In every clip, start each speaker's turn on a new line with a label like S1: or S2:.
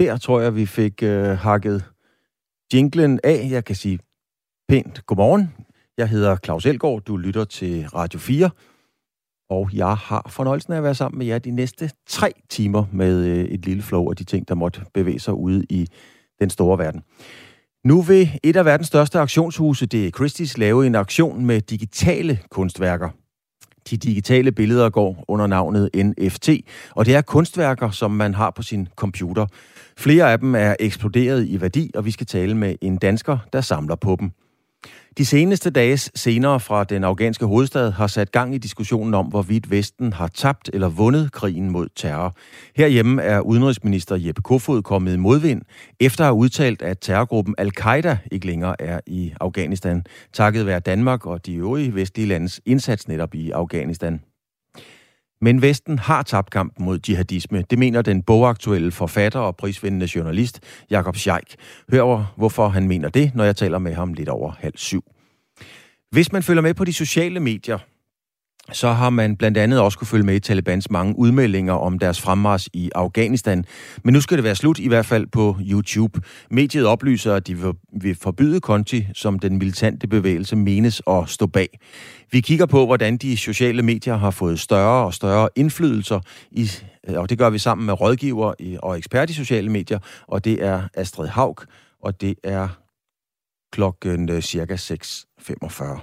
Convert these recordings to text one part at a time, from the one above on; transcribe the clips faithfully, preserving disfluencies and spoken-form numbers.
S1: Der tror jeg, vi fik øh, hakket jinglen af. Jeg kan sige pænt godmorgen. Jeg hedder Claus Elgaard. Du lytter til Radio fire. Og jeg har fornøjelsen af at være sammen med jer de næste tre timer med øh, et lille flow af de ting, der måtte bevæge sig ude i den store verden. Nu vil et af verdens største auktionshuse, det er Christie's, lave en auktion med digitale kunstværker. De digitale billeder går under navnet N F T, og det er kunstværker, som man har på sin computer. Flere af dem er eksploderet i værdi, og vi skal tale med en dansker, der samler på dem. De seneste dages scener fra den afghanske hovedstad har sat gang i diskussionen om, hvorvidt Vesten har tabt eller vundet krigen mod terror. Herhjemme er udenrigsminister Jeppe Kofod kommet i modvind, efter at have udtalt, at terrorgruppen Al-Qaida ikke længere er i Afghanistan, takket være Danmark og de øvrige vestlige landes indsats netop i Afghanistan. Men Vesten har tabt kampen mod jihadisme. Det mener den bogaktuelle forfatter og prisvindende journalist Jakob Sheik. Hør hvorfor han mener det, når jeg taler med ham lidt over halv syv. Hvis man følger med på de sociale medier, så har man blandt andet også kunne følge med i Talibans mange udmeldinger om deres fremmarch i Afghanistan. Men nu skal det være slut, i hvert fald på YouTube. Mediet oplyser, at de vil forbyde konti, som den militante bevægelse menes at stå bag. Vi kigger på, hvordan de sociale medier har fået større og større indflydelser, i, og det gør vi sammen med rådgiver og ekspert i sociale medier, og det er Astrid Haug, og det er klokken cirka seks femogfyrre.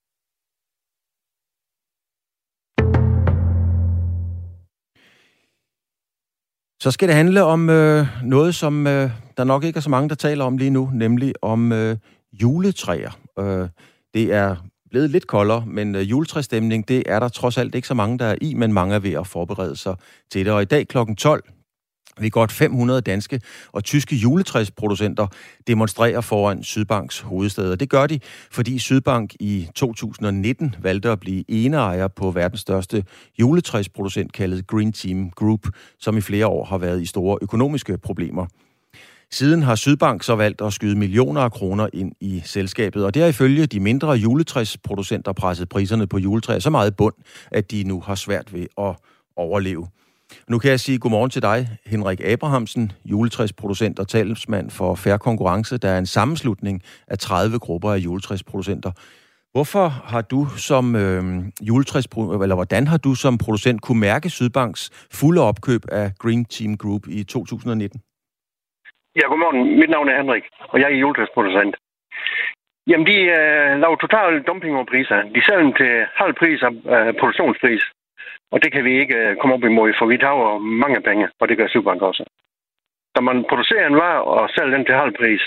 S1: Så skal det handle om øh, noget, som øh, der nok ikke er så mange, der taler om lige nu, nemlig om øh, juletræer. Øh, det er blevet lidt koldere, men øh, juletræstemning, det er der trods alt ikke så mange, der er i, men mange er ved at forberede sig til det. Og i dag klokken tolv vil godt fem hundrede danske og tyske juletræsproducenter demonstrerer foran Sydbanks hovedstad. Og det gør de, fordi Sydbank i to tusind nitten valgte at blive eneejer på verdens største juletræsproducent, kaldet Green Team Group, som i flere år har været i store økonomiske problemer. Siden har Sydbank så valgt at skyde millioner af kroner ind i selskabet, og det har ifølge de mindre juletræsproducenter presset priserne på juletræer så meget i bund, at de nu har svært ved at overleve. Nu kan jeg sige godmorgen til dig, Henrik Abrahamsen, juletræsproducent og talsmand for Fair Konkurrence, der er en sammenslutning af tredive grupper af juletræsproducenter. Hvorfor har du som øh, juletræsproducent, eller hvordan har du som producent kunne mærke Sydbanks fulde opkøb af Green Team Group i to tusind nitten?
S2: Ja, godmorgen. Mit navn er Henrik, og jeg er juletræsproducent. Jamen, de øh, laver total dumping over priser. De sælger dem til halv pris af øh, produktionspris. Og det kan vi ikke uh, komme op imod, for vi tager mange penge, og det gør Sydbank også. Så man producerer en vare og sælger den til halv pris.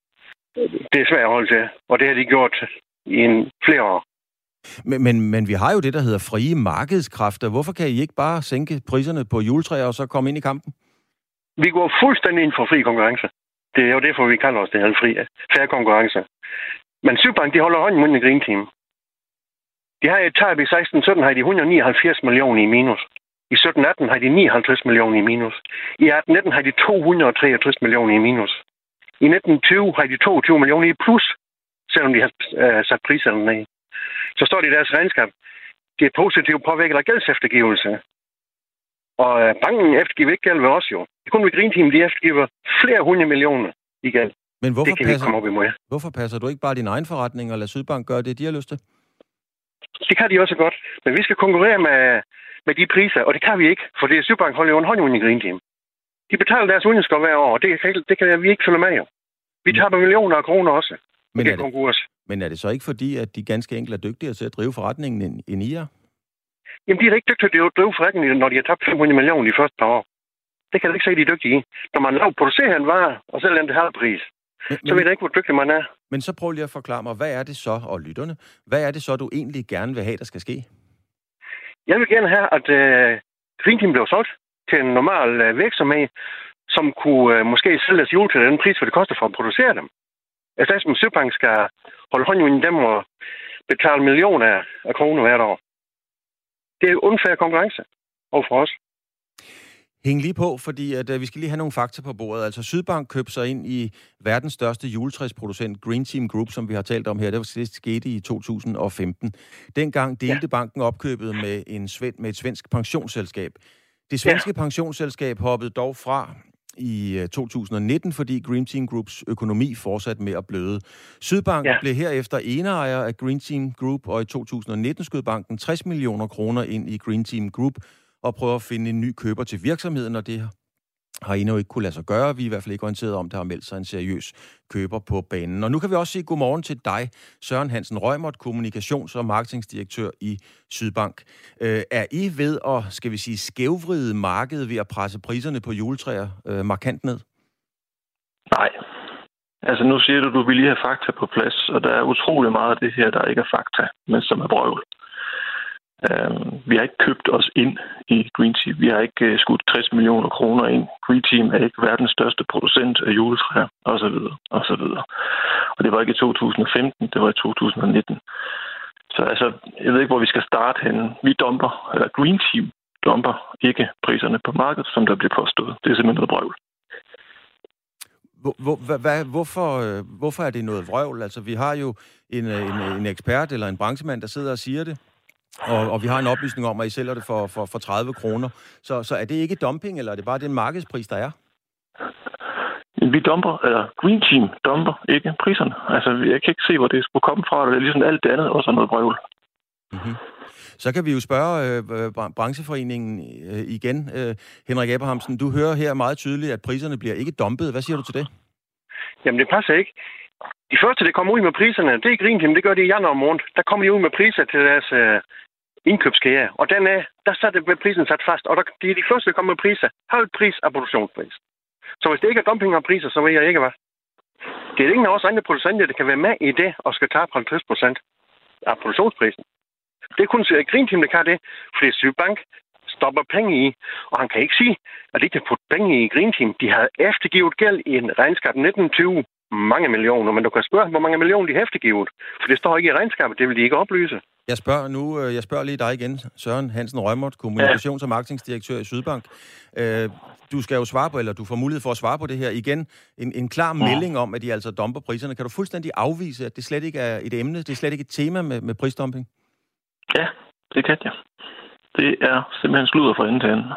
S2: Det er svært at holde til, og det har de gjort i en flere år.
S1: Men, men, men vi har jo det, der hedder frie markedskræfter. Hvorfor kan I ikke bare sænke priserne på juletræer og så komme ind i kampen?
S2: Vi går fuldstændig ind for fri konkurrence. Det er jo derfor, vi kalder os det her fri, fair konkurrence. Men Sydbank, de holder hånden under Green Team. De har et tab i seksten sytten har de et hundrede og nioghalvfjerds millioner i minus. I sytten atten har de nioghalvtreds millioner i minus. I atten nitten har de to hundrede og treogtres millioner i minus. I nitten tyve har de toogtyve millioner i plus, selvom de har øh, sat priserne ned. Så står det i deres regnskab. Det er positivt påvirket af gældseftergivelse. Og øh, banken eftergiver ikke gæld ved os jo. Det kun ved Green Team, de eftergiver flere hundrede millioner i gæld.
S1: Men hvorfor,
S2: det kan
S1: passer,
S2: vi komme op imod.
S1: Hvorfor passer du ikke bare din egen forretning og lade Sydbank gøre det, de har lyst til?
S2: Det kan de også godt, men vi skal konkurrere med, med de priser, og det kan vi ikke, for det er Sydbank holder jo en hånd i Green Team. De betaler deres underskud hver år, og det kan, det kan vi ikke følge med jo. Vi taber millioner af kroner også.
S1: Men er,
S2: det,
S1: men er det så ikke fordi, at de ganske enkelt er dygtigere til at drive forretningen end, end I er?
S2: Jamen, de er ikke dygtige til at drive forretningen, når de har tabt fem hundrede millioner de første par år. Det kan jeg ikke sige, de er dygtige i. Når man laver producerer en vare, og sælger den til halv pris, Men, så ved jeg ikke, hvor dygtig man er.
S1: Men så prøv lige at forklare mig, hvad er det så, og lytterne, hvad er det så, du egentlig gerne vil have, der skal ske?
S2: Jeg vil gerne have, at uh, Green Team blev solgt til en normal uh, virksomhed, som kunne uh, måske sælge deres jule til den pris, hvad det koster for at producere dem. Jeg synes, at Sydbank skal holde hånden i dem og betale millioner af kroner hvert år. Det er unfair konkurrence overfor os.
S1: Hæng lige på, fordi at, uh, vi skal lige have nogle fakta på bordet. Altså Sydbank købte sig ind i verdens største juletræsproducent, Green Team Group, som vi har talt om her. Det var sidst skete i to tusind og femten. Dengang delte ja. banken opkøbet med, en sven, med et svensk pensionsselskab. Det svenske ja. pensionsselskab hoppede dog fra i to tusind nitten, fordi Green Team Groups økonomi fortsatte med at bløde. Sydbank ja. blev herefter eneejer af Green Team Group, og i to tusind nitten skød banken tres millioner kroner ind i Green Team Group og prøver at finde en ny køber til virksomheden, og det har endnu ikke kunne lade sig gøre. Vi er i hvert fald ikke orienteret om, der har meldt sig en seriøs køber på banen. Og nu kan vi også sige godmorgen til dig, Søren Hansen Reumert, kommunikations- og marketingdirektør i Sydbank. Øh, er I ved at, skal vi sige, skævvride markedet ved at presse priserne på juletræer øh, markant ned?
S3: Nej. Altså nu siger du, at du vil lige have fakta på plads, og der er utrolig meget af det her, der ikke er fakta, men som er brøvl. Uh, vi har ikke købt os ind i Green Team. Vi har ikke uh, skudt tres millioner kroner ind. Green Team er ikke verdens største producent af juletræer, osv. osv. Og det var ikke i to tusind femten, det var i to tusind nitten. Så altså, jeg ved ikke, hvor vi skal starte henne. Vi dumper, eller Green Team dumper ikke priserne på markedet, som der bliver påstået. Det er simpelthen noget vrøvl.
S1: Hvor, hvor, hvad, hvorfor, hvorfor er det noget vrøvl? Altså, vi har jo en, en, en ekspert eller en branchemand, der sidder og siger det. Og, og vi har en oplysning om, at I sælger det for, for, for tredive kroner. Så, så er det ikke dumping, eller er det bare den markedspris, der er?
S3: Vi dumper, eller Green Team dumper ikke priserne. Altså, jeg kan ikke se, hvor det skulle komme fra. Det er ligesom alt det andet, også noget brøvl.
S1: Mm-hmm. Så kan vi jo spørge øh, brancheforeningen øh, igen. Øh, Henrik Abrahamsen, du hører her meget tydeligt, at priserne bliver ikke dumpet. Hvad siger du til det?
S2: Jamen, det passer ikke. De første, der kommer ud med priserne, det er Green Team, det gør de i januar måned. Der kommer de ud med priser til deres øh, indkøbskære. Og den er, der er prisen sat fast. Og der, de, de første, der kommer med priser, halv pris af produktionspris. Så hvis det ikke er dumping af priser, så ved jeg ikke, hvad. Det er ingen af os andre producenter, der kan være med i det og skal tabe halvtreds procent af produktionsprisen. Det er kun Green Team, der kan det, fordi Sydbank stopper penge i, og han kan ikke sige, at de kan putte penge i Green Team. De havde eftergivet gæld i en regnskab nitten tyve. Mange millioner, men du kan spørge, hvor mange millioner de har eftergivet, for det står ikke i regnskabet, det vil de ikke oplyse.
S1: Jeg spørger nu, jeg spørger lige dig igen, Søren Hansen Reumert, kommunikations- og marketingdirektør i Sydbank. Du skal jo svare på, eller du får mulighed for at svare på det her igen. En, en klar melding om, at de altså dumper priserne. Kan du fuldstændig afvise, at det slet ikke er et emne, det er slet ikke et tema med, med prisdumping?
S3: Ja, det kan jeg. Det er simpelthen sludder fra ende til ende.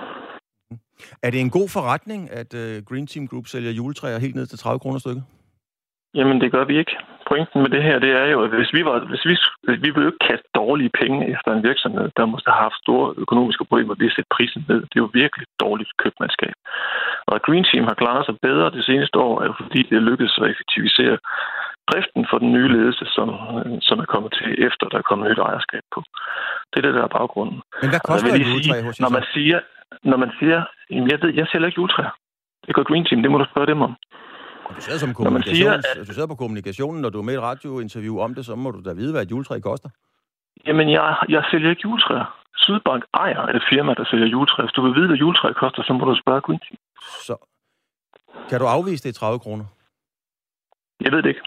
S1: Er det en god forretning, at uh, Green Team Group sælger juletræer helt ned til tredive kroner stykket?
S3: Jamen, det gør vi ikke. Pointen med det her, det er jo, at hvis vi var, hvis vi, hvis vi ville jo ikke kaste dårlige penge efter en virksomhed, der måske har haft store økonomiske problemer ved at sætte prisen ned. Det er jo virkelig dårligt købmandskab. Og at Green Team har klaret sig bedre det seneste år, er jo fordi det er lykkedes at effektivisere driften for den nye ledelse, som, som er kommet til efter, der er kommet nyt ejerskab på. Det er det, der er baggrunden.
S1: Men hvad koster et juletræ hos jer?
S3: Når man siger, når man siger, jamen jeg ved, jeg sælger ikke juletræer. Det gør Green Team, det må du spørge dem om.
S1: Du sidder, som kommunikations... siger, at... du sidder på kommunikationen, når du er med i et radiointerview om det, så må du da vide, hvad et juletræ koster.
S3: Jamen, jeg, jeg sælger ikke juletræer. Sydbank ejer et firma, der sælger juletræer. Hvis du vil vide, hvad juletræ koster, så må du spørge Green Team.
S1: Så kan du afvise det i tredive kroner?
S3: Jeg ved det ikke.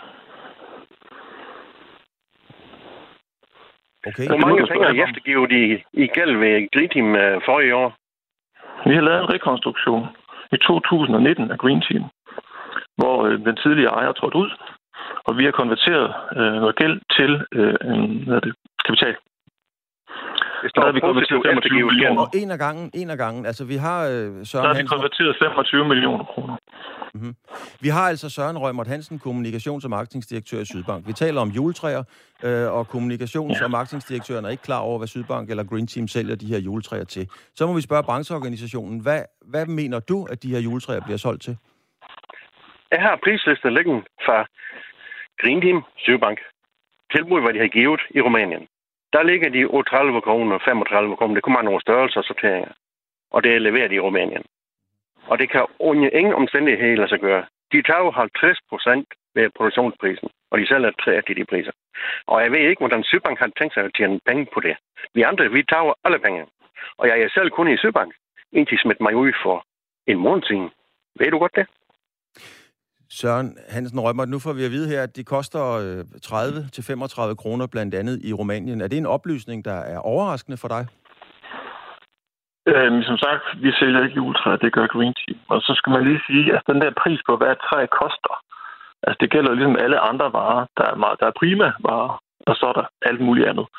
S2: Okay. Hvor mange penge har I eftergivet i, i gæld ved Green Team uh, forrige år?
S3: Vi har lavet en rekonstruktion i to tusind nitten af Green Team, hvor øh, den tidligere ejer trådte ud, og vi har konverteret øh, noget gæld til øh, en, hvad er det, kapital.
S2: Der har vi konverteret femogtyve millioner.
S1: Og en af gangen, en af gangen, altså vi har øh, Søren
S3: Der har vi
S1: Hansen...
S3: konverteret femogtyve millioner kroner.
S1: Mm-hmm. Vi har altså Søren Reumert Hansen, kommunikations- og marketingdirektør i Sydbank. Vi taler om juletræer, øh, og kommunikations- ja. og marketingdirektøren er ikke klar over, hvad Sydbank eller Green Team sælger de her juletræer til. Så må vi spørge brancheorganisationen, hvad, hvad mener du, at de her juletræer bliver solgt til?
S2: Jeg har prislister liggende fra Green Team, Sydbank. Tilbud, hvad de har givet i Rumænien. Der ligger de otteogtredive kroner, femogtredive kroner. Det kommer nogle størrelser og sorteringer. Og det er leveret i Rumænien. Og det kan under ingen omstændighed lade sig gøre. De tager halvtreds procent ved produktionsprisen, og de sælger tre til de priser. Og jeg ved ikke, hvordan Sydbank har tænkt sig at tjene penge på det. Vi andre, vi tager alle penge. Og jeg er selv kun i Sydbank, indtil smidt mig ud for en måned siden. Ved du godt det?
S1: Søren Hansen Reumert, nu får vi at vide her, at de koster tredive til femogtredive kroner blandt andet i Rumænien. Er det en oplysning, der er overraskende for dig?
S3: Øhm, som sagt, vi sælger ikke juletræer, det gør Green Team. Og så skal man lige sige, at den der pris på, hvad et træ koster, altså det gælder ligesom alle andre varer. Der er, meget, der er prima varer, og så er der alt muligt andet.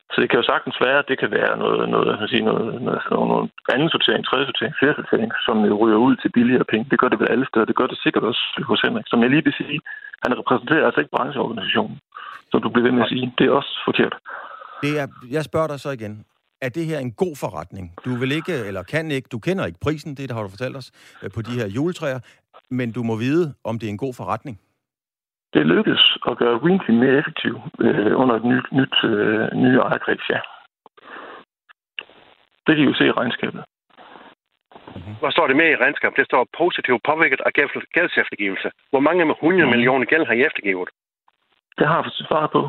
S3: Så det kan jo sagtens være, at det kan være noget, noget, man siger, noget, noget, noget, noget anden sortering, tredje sortering, fjerde sortering, som ryger ud til billigere penge. Det gør det vel alle steder. Det gør det sikkert også hos Henrik. Som jeg lige vil sige, han repræsenterer altså ikke brancheorganisationen, som du bliver ved med at sige. Det er også forkert.
S1: Det er, jeg spørger dig så igen. Er det her en god forretning? Du vil ikke, eller kan ikke, du kender ikke prisen, det har du fortalt os, på de her juletræer, men du må vide, om det er en god forretning.
S3: Det lykkedes at gøre Green Team mere effektiv øh, under et nyt, nyt øh, nye ejerkreds, ja. Det kan I jo se i regnskabet.
S2: Mm-hmm. Hvad står det med i regnskabet? Det står positivt påvirket af gældseftergivelse. Hvor mange med hundrede millioner gæld har I eftergivet?
S3: Det har vi svaret på.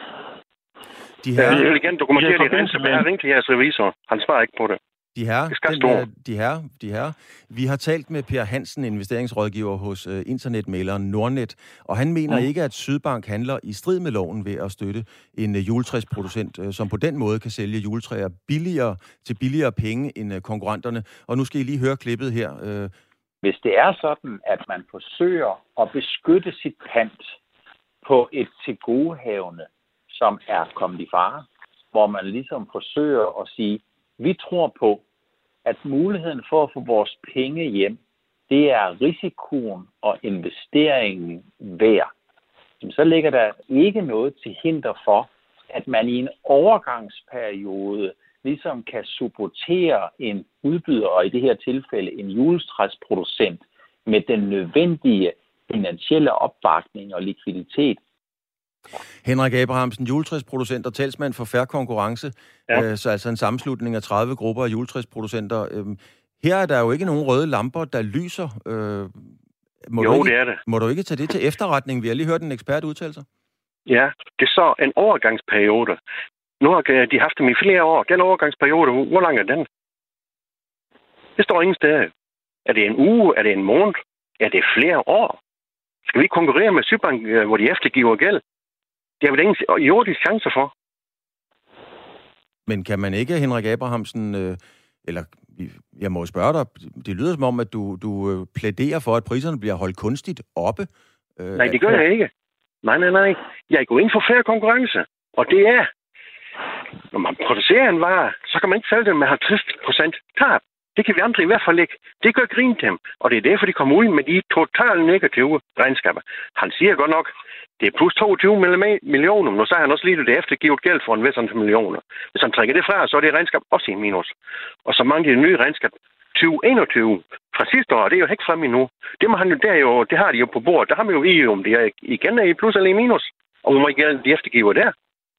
S1: De her...
S2: Jeg vil igen dokumentere det i regnskabet. Jeg har ringt til jeres revisor. Han svarer ikke på det.
S1: De her, den her, de her, de her. Vi har talt med Per Hansen, investeringsrådgiver hos uh, internetmæleren Nordnet, og han mener mm. ikke, at Sydbank handler i strid med loven ved at støtte en uh, juletræsproducent, uh, som på den måde kan sælge juletræer billigere til billigere penge end uh, konkurrenterne. Og nu skal I lige høre klippet her. Uh...
S4: Hvis det er sådan, at man forsøger at beskytte sit pant på et tilgodehavende, som er kommet i fare, hvor man ligesom forsøger at sige, vi tror på, at muligheden for at få vores penge hjem, det er risikoen og investeringen værd. Så ligger der ikke noget til hinder for, at man i en overgangsperiode ligesom kan supportere en udbyder, og i det her tilfælde en juletræsproducent, med den nødvendige finansielle opbakning og likviditet.
S1: Henrik Abrahamsen, juletræsproducent og talsmand for Fair Konkurrence, ja. øh, så altså en sammenslutning af tredive grupper af juletræsproducenter. Øh, her er der jo ikke nogen røde lamper, der lyser. Øh, må
S2: jo,
S1: du ikke,
S2: det er det.
S1: Må du ikke tage det til efterretning? Vi har lige hørt en ekspert udtale sig.
S2: Ja, det er så en overgangsperiode. Nu har de haft dem i flere år. Den overgangsperiode, hvor lang er den? Det står ingen steder. Er det en uge? Er det en måned? Er det flere år? Skal vi konkurrere med Sydbank, hvor de eftergiver gæld? Det er vel ingen jordisk chancer for.
S1: Men kan man ikke, Henrik Abrahamsen, øh, eller jeg må spørge dig, det lyder som om, at du, du plæderer for, at priserne bliver holdt kunstigt oppe.
S2: Øh, nej, det gør jeg ikke. Nej, nej, nej. Jeg går ind for fair konkurrence. Og det er, når man producerer en vare, så kan man ikke sælge den med halvtreds procent tab. Det kan vi andre i hvert fald ikke. Det gør grin dem. Og det er derfor, de kommer ud med de totalt negative regnskaber. Han siger godt nok, det er plus toogtyve millioner, men så har han også lige det eftergivet gæld for en vis antal millioner. Hvis han trækker det fra, så er det regnskab også i minus. Og så mange af de nye regnskab tyve enogtyve fra sidste år, det er jo ikke frem endnu. Det må han jo der jo, det har de jo på bordet. Der har man jo i om det er igen er i plus eller i minus. Og hvor meget gæld de eftergiver der.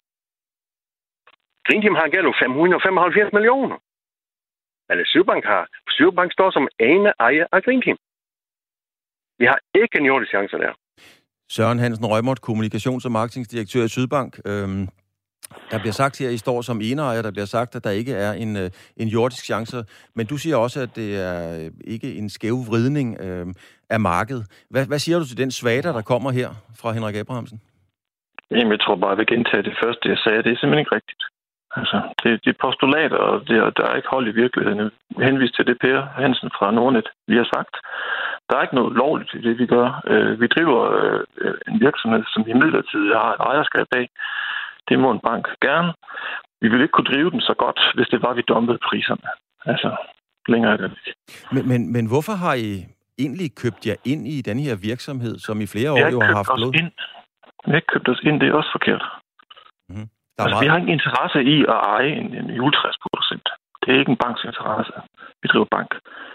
S2: Green Team har en gæld på fem hundrede og femoghalvfjerds millioner. Eller Sydbank har. Sydbank står som ene ejer af Green Team. Vi har ikke en jordisk chance der.
S1: Søren Hansen Rømert, kommunikations- og marketingdirektør i Sydbank. Øhm, der bliver sagt her, at I står som eneejer, der bliver sagt, at der ikke er en, en jordisk chance. Men du siger også, at det er ikke en skæv vridning øh, af markedet. Hvad, hvad siger du til den svater, der kommer her fra Henrik Abrahamsen?
S3: Jamen, jeg tror bare, jeg vil gentage det første, jeg sagde. Det er simpelthen ikke rigtigt. Altså, det, det er postulater, og det, der er ikke hold i virkeligheden. Henvist til det Per Hansen fra Nordnet, vi har sagt. Der er ikke noget lovligt i det, vi gør. Øh, vi driver øh, en virksomhed, som vi midlertidigt har et ejerskab af. Det må en bank gerne. Vi ville ikke kunne drive den så godt, hvis det var, vi dumpede priserne. Altså, længere er det ikke.
S1: Men, men, men hvorfor har I egentlig købt jer ind i den her virksomhed, som i flere år jo har haft blod?
S3: Vi har ikke købt os ind, det er også forkert.
S1: Mm-hmm.
S3: Altså, vi har ingen interesse i at eje en, en juletræsproducent. Det er ikke en banks interesse. Vi driver bank.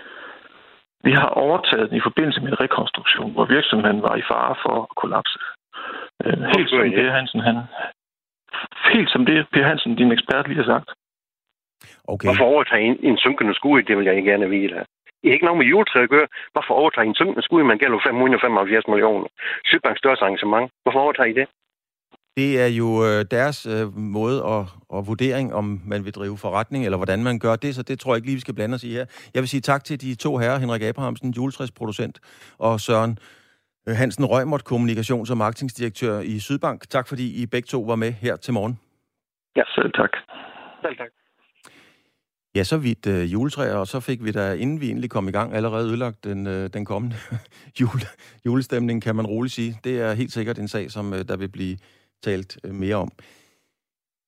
S3: Vi har overtaget den i forbindelse med en rekonstruktion, hvor virksomheden var i fare for at kollapse. Øh, helt som Per Hansen, han... Helt som det, Per Hansen, din ekspert, lige har sagt.
S2: Okay. Hvorfor overtage en, en synkende skud, det vil jeg gerne vide her. Det er ikke noget med juletræ at gøre. Hvorfor overtage en synkende skud, man gælder fem hundrede og femoghalvfjerds millioner? Sydbanks største arrangement. Hvorfor overtage I det?
S1: Det er jo deres øh, måde og, og vurdering, om man vil drive forretning, eller hvordan man gør det, så det tror jeg ikke lige, vi skal blande os i her. Jeg vil sige tak til de to herrer, Henrik Abrahamsen, juletræsproducent, og Søren Hansen Rømert, kommunikations- og marketingdirektør i Sydbank. Tak fordi I begge to var med her til morgen.
S3: Ja, selv tak.
S2: Selv tak.
S1: Ja, så vidt øh, juletræer, og så fik vi da, inden vi egentlig kom i gang, allerede ødelagt den, øh, den kommende jule, julestemning, kan man roligt sige. Det er helt sikkert en sag, som øh, der vil blive talt øh, mere om.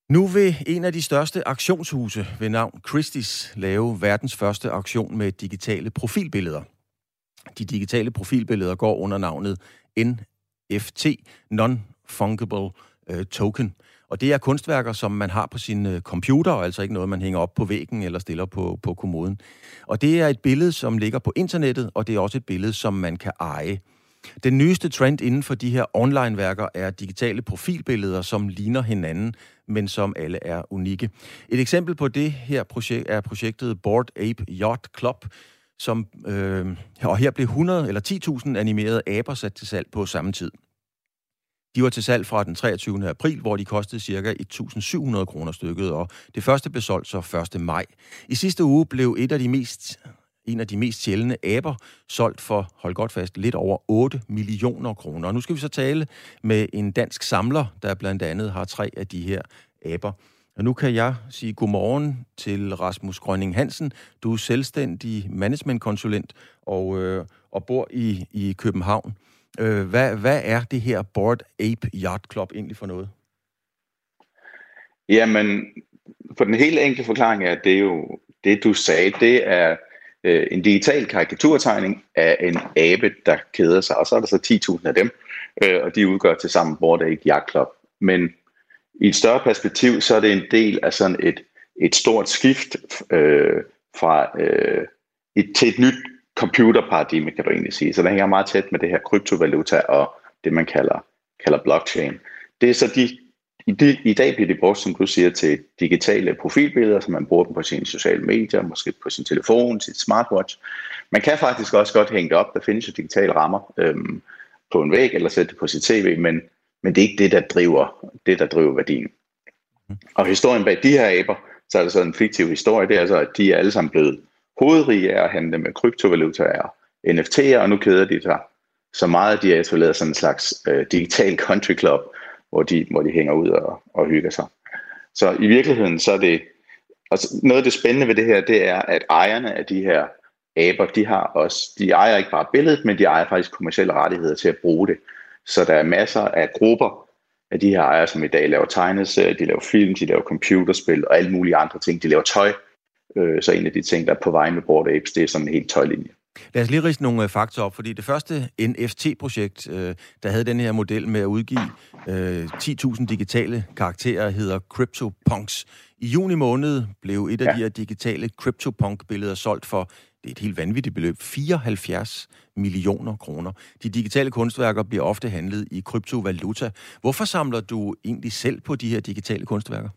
S1: Nu vil en af de største auktionshuse ved navn Christie's lave verdens første auktion med digitale profilbilleder. De digitale profilbilleder går under navnet N F T, Non-Fungible Token. Og det er kunstværker, som man har på sin computer, altså ikke noget, man hænger op på væggen eller stiller på, på kommoden. Og det er et billede, som ligger på internettet, og det er også et billede, som man kan eje. Den nyeste trend inden for de her online-værker er digitale profilbilleder, som ligner hinanden, men som alle er unikke. Et eksempel på det her projekt er projektet Bored Ape Yacht Club, som, øh, og her blev hundrede eller ti tusind animerede aber sat til salg på samme tid. De var til salg fra den treogtyvende april, hvor de kostede ca. et tusind syv hundrede kroner stykket, og det første blev solgt så første maj. I sidste uge blev et af de mest, en af de mest sjældne aber solgt for, hold godt fast, lidt over otte millioner kroner. Og nu skal vi så tale med en dansk samler, der blandt andet har tre af de her aber. Og nu kan jeg sige godmorgen til Rasmus Grønning Hansen. Du er selvstændig managementkonsulent og, øh, og bor i, i København. Hvad, hvad er det her Bored Ape Yacht Club egentlig for noget?
S5: Jamen, for den helt enkle forklaring er, at det er jo det, du sagde, det er øh, en digital karikaturtegning af en abe, der keder sig. Og så er der så ti tusind af dem, øh, og de udgør til sammen Bored Ape Yacht Club. Men i et større perspektiv, så er det en del af sådan et, et stort skift øh, fra øh, et, til et nyt computerparadigme, kan du egentlig sige. Så det hænger meget tæt med det her kryptovaluta og det, man kalder, kalder blockchain. Det er så de, i, de, i dag bliver det brugt, som du siger, til digitale profilbilleder, så man bruger dem på sine sociale medier, måske på sin telefon, sit smartwatch. Man kan faktisk også godt hænge det op. Der findes jo digitale rammer øhm, på en væg, eller sætte det på sit tv, men, men det er ikke det, der driver, det, der driver værdien. Og historien bag de her aber, så er der så en fiktiv historie, det er altså, at de er alle sammen blevet hovedrige er at handle med kryptovalutaer og N F T'er, og nu keder de sig så meget, at de har etableret sådan en slags øh, digital country club, hvor de, hvor de hænger ud og, og hygger sig. Så i virkeligheden, så er det, altså noget af det spændende ved det her, det er, at ejerne af de her aber, de har også, de ejer ikke bare billedet, men de ejer faktisk kommercielle rettigheder til at bruge det. Så der er masser af grupper af de her ejere, som i dag laver tegneserier, de laver film, de laver computerspil og alle mulige andre ting, de laver tøj. Så en af de ting, der er på vej med Bored Apes, det er sådan en helt tøjlinje.
S1: Lad os lige ridse nogle fakta op, fordi det første N F T-projekt, der havde den her model med at udgive ti tusind digitale karakterer, hedder CryptoPunks. I juni måned blev et af ja. de her digitale CryptoPunk-billeder solgt for, det er et helt vanvittigt beløb, fireoghalvfjerds millioner kroner. De digitale kunstværker bliver ofte handlet i kryptovaluta. Hvorfor samler du egentlig selv på de her digitale kunstværker?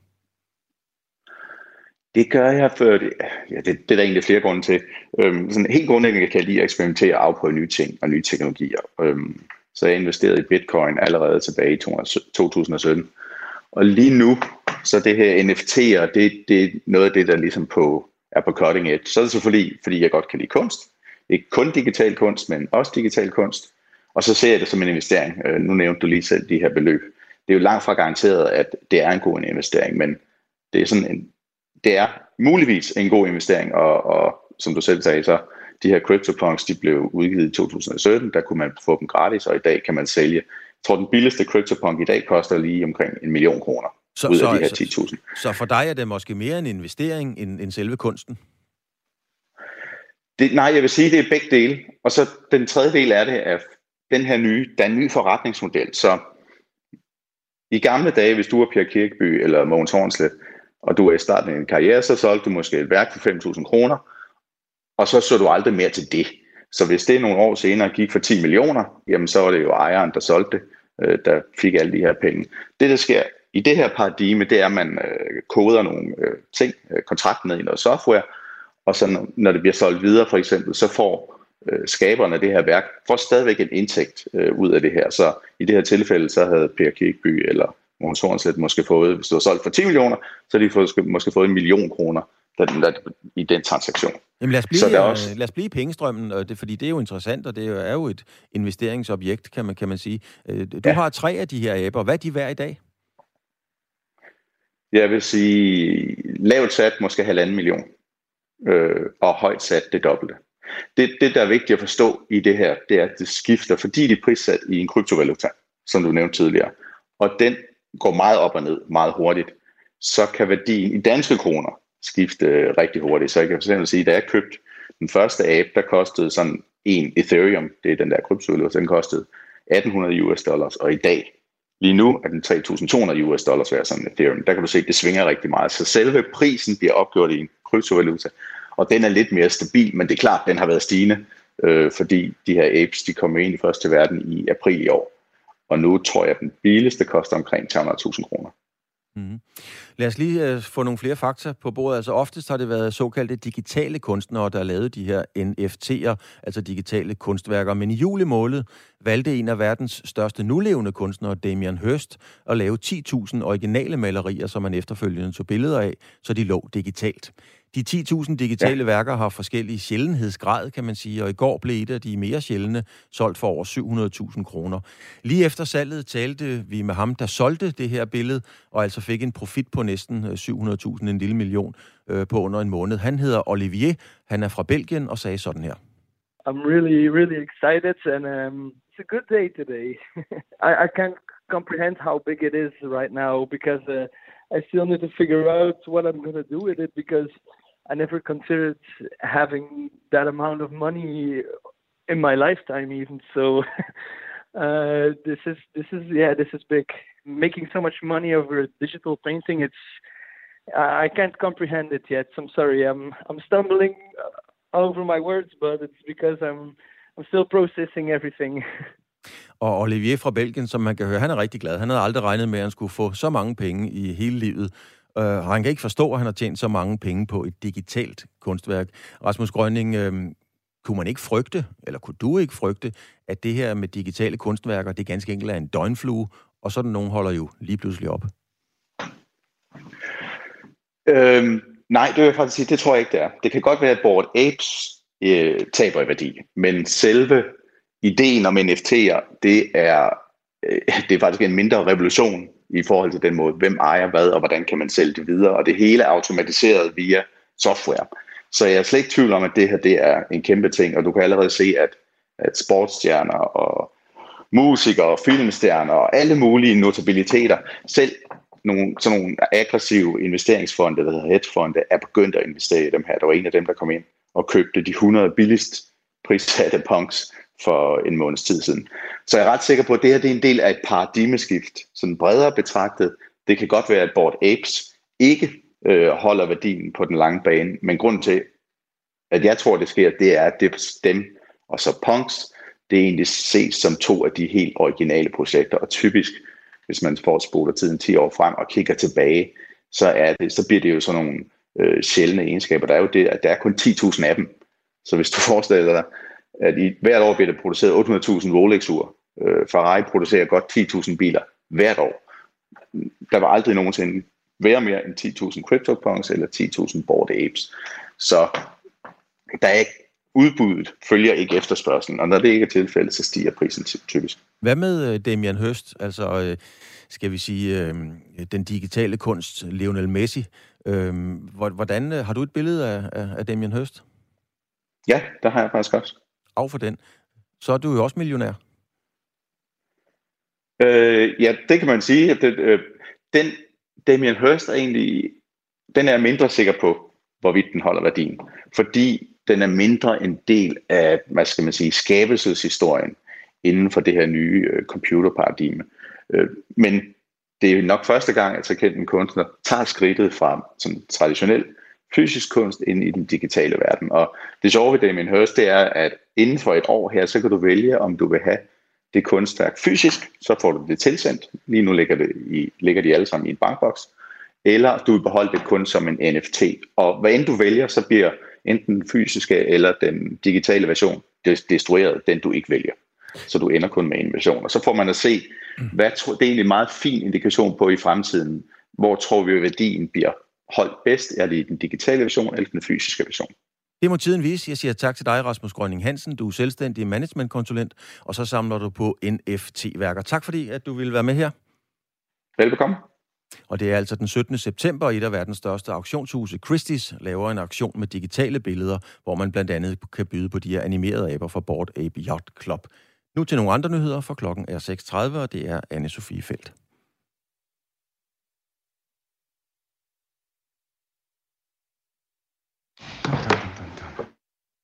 S5: Det gør jeg, for det, ja, det, det er der egentlig flere grunde til. Øhm, sådan helt grundlæggende kan jeg lide at eksperimentere og afprøve nye ting og nye teknologier. Øhm, så jeg investerede i Bitcoin allerede tilbage i to tusind og sytten. Og lige nu, så det her N F T'er, det, det er noget af det, der ligesom på, er på cutting edge. Så er det selvfølgelig, fordi jeg godt kan lide kunst. Ikke kun digital kunst, men også digital kunst. Og så ser jeg det som en investering. Øh, nu nævnte du lige selv de her beløb. Det er jo langt fra garanteret, at det er en god investering, men det er sådan en Det er muligvis en god investering, og, og som du selv sagde, så de her CryptoPunks, de blev udgivet i to tusind og sytten, der kunne man få dem gratis, og i dag kan man sælge. Jeg tror, den billigste CryptoPunk i dag koster lige omkring en million kroner så, ud af så, de her ti tusind.
S1: Så, så for dig er det måske mere en investering end, end selve kunsten?
S5: Det, nej, jeg vil sige, det er begge dele. Og så den tredje del er det, at den her nye, der er en ny forretningsmodel. Så i gamle dage, hvis du var Per Kirkeby eller Mogens Hornslet, og du er i starten af en karriere, så solgte du måske et værk for fem tusind kroner, og så så du aldrig mere til det. Så hvis det nogle år senere gik for ti millioner, jamen så var det jo ejeren, der solgte det, der fik alle de her penge. Det, der sker i det her paradigme, det er, at man koder nogle ting, kontrakt ned i noget software, og så når det bliver solgt videre for eksempel, så får skaberne af det her værk får stadigvæk en indtægt ud af det her. Så i det her tilfælde, så havde Per Kirkeby eller Mogens Hornslet måske fået, hvis du har solgt for ti millioner, så har de fået, måske fået en million kroner der, der, i den transaktion.
S1: Jamen lad os blive, også... lad os blive i pengestrømmen, og det, fordi det er jo interessant, og det er jo et investeringsobjekt, kan man, kan man sige. Du ja. har tre af de her aber. Hvad er de værd i dag?
S5: Jeg vil sige, lavt sat måske halvanden million, øh, og højt sat det dobbelte. Det, det, der er vigtigt at forstå i det her, det er, at det skifter, fordi de er prissat i en kryptovaluta, som du nævnte tidligere, og den går meget op og ned, meget hurtigt. så kan værdien i danske kroner skifte rigtig hurtigt. Så jeg kan for eksempel sige, at da jeg købte den første abe, der kostede sådan en Ethereum, det er den der kryptovaluta, den kostede atten hundrede US dollars, og i dag, lige nu, er den tre tusind to hundrede US dollars værd sådan en Ethereum. Der kan du se, at det svinger rigtig meget. Så selve prisen bliver opgjort i en kryptovaluta, og den er lidt mere stabil, men det er klart, at den har været stigende, øh, fordi de her apes, de kom egentlig først til verden i april i år. Og nu tror jeg, at den billigste koster omkring tre hundrede tusind kroner.
S1: Mm-hmm. Lad os lige uh, få nogle flere fakta på bordet. Altså oftest har det været såkaldte digitale kunstnere, der lavede de her N F T'er, altså digitale kunstværker. Men i juli måned valgte en af verdens største nulevende kunstnere, Damien Hirst, at lave ti tusind originale malerier, som man efterfølgende tog billeder af, så de lå digitalt. De ti tusind digitale ja. værker har forskellige sjældenhedsgrad, kan man sige, og i går blev et af de mere sjældne solgt for over syv hundrede tusind kroner. Lige efter salget talte vi med ham, der solgte det her billede, og altså fik en profit på næsten syv hundrede tusind, en lille million, øh, på under en måned. Han hedder Olivier, han er fra Belgien og sagde sådan her.
S6: I'm really, really excited, and um, it's a good day today. I, I can't comprehend how big it is right now, because uh, I still need to figure out what I'm going to do with it, because I never considered having that amount of money in my lifetime, even. So uh, this is this is yeah, this is big. Making so much money over digital painting, it's I can't comprehend it yet. So I'm sorry, I'm I'm stumbling over my words, but it's because I'm I'm still processing everything.
S1: Og Olivier fra Belgien, som man kan høre, han er rigtig glad. Han havde aldrig regnet med, at han skulle få så mange penge i hele livet. Uh, han kan ikke forstå, at han har tjent så mange penge på et digitalt kunstværk. Rasmus Grønning, uh, kunne man ikke frygte, eller kunne du ikke frygte, at det her med digitale kunstværker, det ganske enkelt er en døgnflue, og sådan nogen holder jo lige pludselig op?
S5: Øhm, nej, det vil jeg faktisk sige, det tror jeg ikke, det er. Det kan godt være, at Bored Apes øh, taber i værdi, men selve ideen om N F T'er, det er, øh, det er faktisk en mindre revolution i forhold til den måde, hvem ejer hvad, og hvordan kan man sælge det videre, og det hele er automatiseret via software. Så jeg er slet ikke i tvivl om, at det her det er en kæmpe ting, og du kan allerede se, at, at sportsstjerner og musikere og filmstjerner og alle mulige notabiliteter, selv nogle, sådan nogle aggressive investeringsfonde, der hedder hedgefonde, er begyndt at investere i dem her. Der var en af dem, der kom ind og købte de hundrede billigst prissatte punks for en måneds tid siden. Så jeg er ret sikker på, at det her det er en del af et paradigmeskift, sådan bredere betragtet. Det kan godt være, at Bored Apes ikke øh, holder værdien på den lange bane, men grunden til, at jeg tror, det sker, det er, at det er dem og så punks, det er egentlig ses som to af de helt originale projekter, og typisk, hvis man får spoler tiden ti år frem og kigger tilbage, så, er det, så bliver det jo sådan nogle øh, sjældne egenskaber. Der er jo det, at der er kun ti tusind af dem. Så hvis du forestiller dig, at i hvert år bliver der produceret otte hundrede tusind Rolex-ure. Øh, Ferrari producerer godt ti tusind biler hvert år. Der var aldrig nogensinde være mere end ti tusind CryptoPunks eller ti tusind Bored Apes. Så der er ikke udbuddet følger ikke efterspørgselen, og når det ikke er tilfældet, så stiger prisen typisk.
S1: Hvad med Damien Hirst, altså skal vi sige den digitale kunst, Lionel Messi? Hvordan har du et billede af, af Damien Hirst?
S5: Ja, der har jeg faktisk også.
S1: Af for den. Så er du jo også millionær.
S5: Øh, ja, det kan man sige. At det, øh, den Damien Hirst er egentlig, den er jeg mindre sikker på, hvorvidt den holder værdien. Fordi den er mindre en del af, hvad skal man sige, skabelseshistorien inden for det her nye øh, computerparadigme. Øh, men det er nok første gang, at så kendt en kunstner tager skridtet fra sådan traditionel fysisk kunst ind i den digitale verden. Og det sjove ved Damien Hirst, det er, at inden for et år her, så kan du vælge, om du vil have det kunstværk fysisk, så får du det tilsendt. Lige nu ligger, det i, ligger de alle sammen i en bankboks. Eller du vil beholde det kun som en N F T. Og hvad end du vælger, så bliver enten den fysiske eller den digitale version destrueret, den du ikke vælger. Så du ender kun med en version. Og så får man at se, hvad det er egentlig en meget fin indikation på i fremtiden. Hvor tror vi, at værdien bliver holdt bedst? Er det i den digitale version eller den fysiske version?
S1: Det må tiden vise. Jeg siger tak til dig, Rasmus Grønning Hansen. Du er selvstændig managementkonsulent, og så samler du på N F T-værker. Tak fordi, at du ville være med her.
S5: Velbekomme.
S1: Og det er altså den syttende september, et af verdens største auktionshuse, Christie's, laver en auktion med digitale billeder, hvor man blandt andet kan byde på de her animerede aber fra Bored Ape Yacht Club. Nu til nogle andre nyheder, for klokken er seks tredive, og det er Anne-Sophie Felt.
S5: Dun, dun, dun, dun, dun.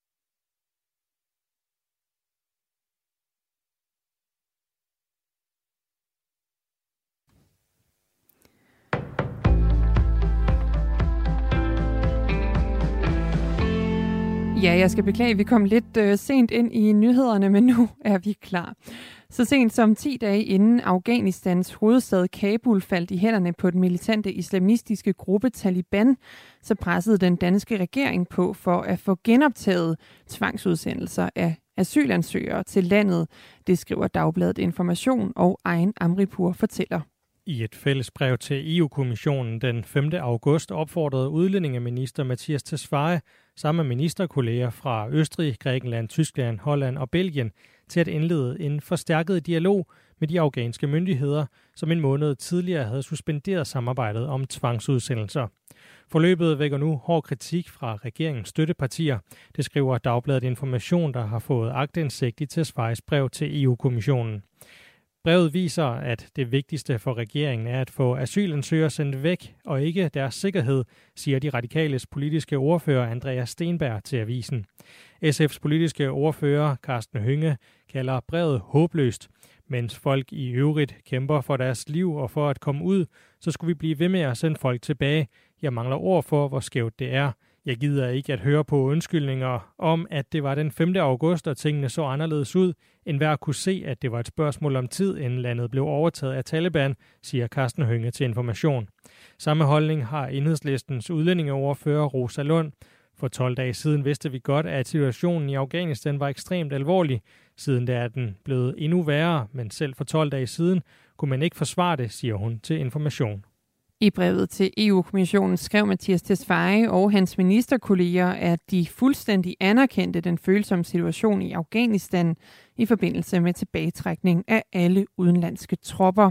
S7: Ja, jeg skal beklage, vi kom lidt øh, sent ind i nyhederne, men nu er vi klar. Så sent som ti dage inden Afghanistans hovedstad Kabul faldt i hænderne på den militante islamistiske gruppe Taliban, så pressede den danske regering på for at få genoptaget tvangsudsendelser af asylansøgere til landet. Det skriver Dagbladet Information, og Egen Amripur fortæller.
S8: I et fælles brev til E U-kommissionen den femte august opfordrede udlændingeminister Mattias Tesfaye sammen med ministerkolleger fra Østrig, Grækenland, Tyskland, Holland og Belgien til at indlede en forstærket dialog med de afghanske myndigheder, som en måned tidligere havde suspenderet samarbejdet om tvangsudsendelser. Forløbet vækker nu hård kritik fra regeringens støttepartier. Det skriver Dagbladet Information, der har fået aktindsigt i Tesfayes brev til E U-kommissionen. Brevet viser, at det vigtigste for regeringen er at få asylansøgere sendt væk, og ikke deres sikkerhed, siger de radikales politiske ordfører Andreas Steenberg til avisen. S F's politiske ordfører Karsten Hønge kalder brevet håbløst. Mens folk i øvrigt kæmper for deres liv og for at komme ud, så skulle vi blive ved med at sende folk tilbage. Jeg mangler ord for, hvor skævt det er. Jeg gider ikke at høre på undskyldninger om, at det var den femte august, og tingene så anderledes ud, end hver kunne se, at det var et spørgsmål om tid, inden landet blev overtaget af Taliban, siger Karsten Hønge til Information. Samme holdning har Enhedslistens udlændingeordfører Rosa Lund. For tolv dage siden vidste vi godt, at situationen i Afghanistan var ekstremt alvorlig. Siden da er den blevet endnu værre, men selv for tolv dage siden kunne man ikke forsvare det, siger hun til Information.
S7: I brevet til E U-kommissionen skrev Mattias Tesfaye og hans ministerkolleger, at de fuldstændig anerkendte den følsomme situation i Afghanistan i forbindelse med tilbagetrækning af alle udenlandske tropper.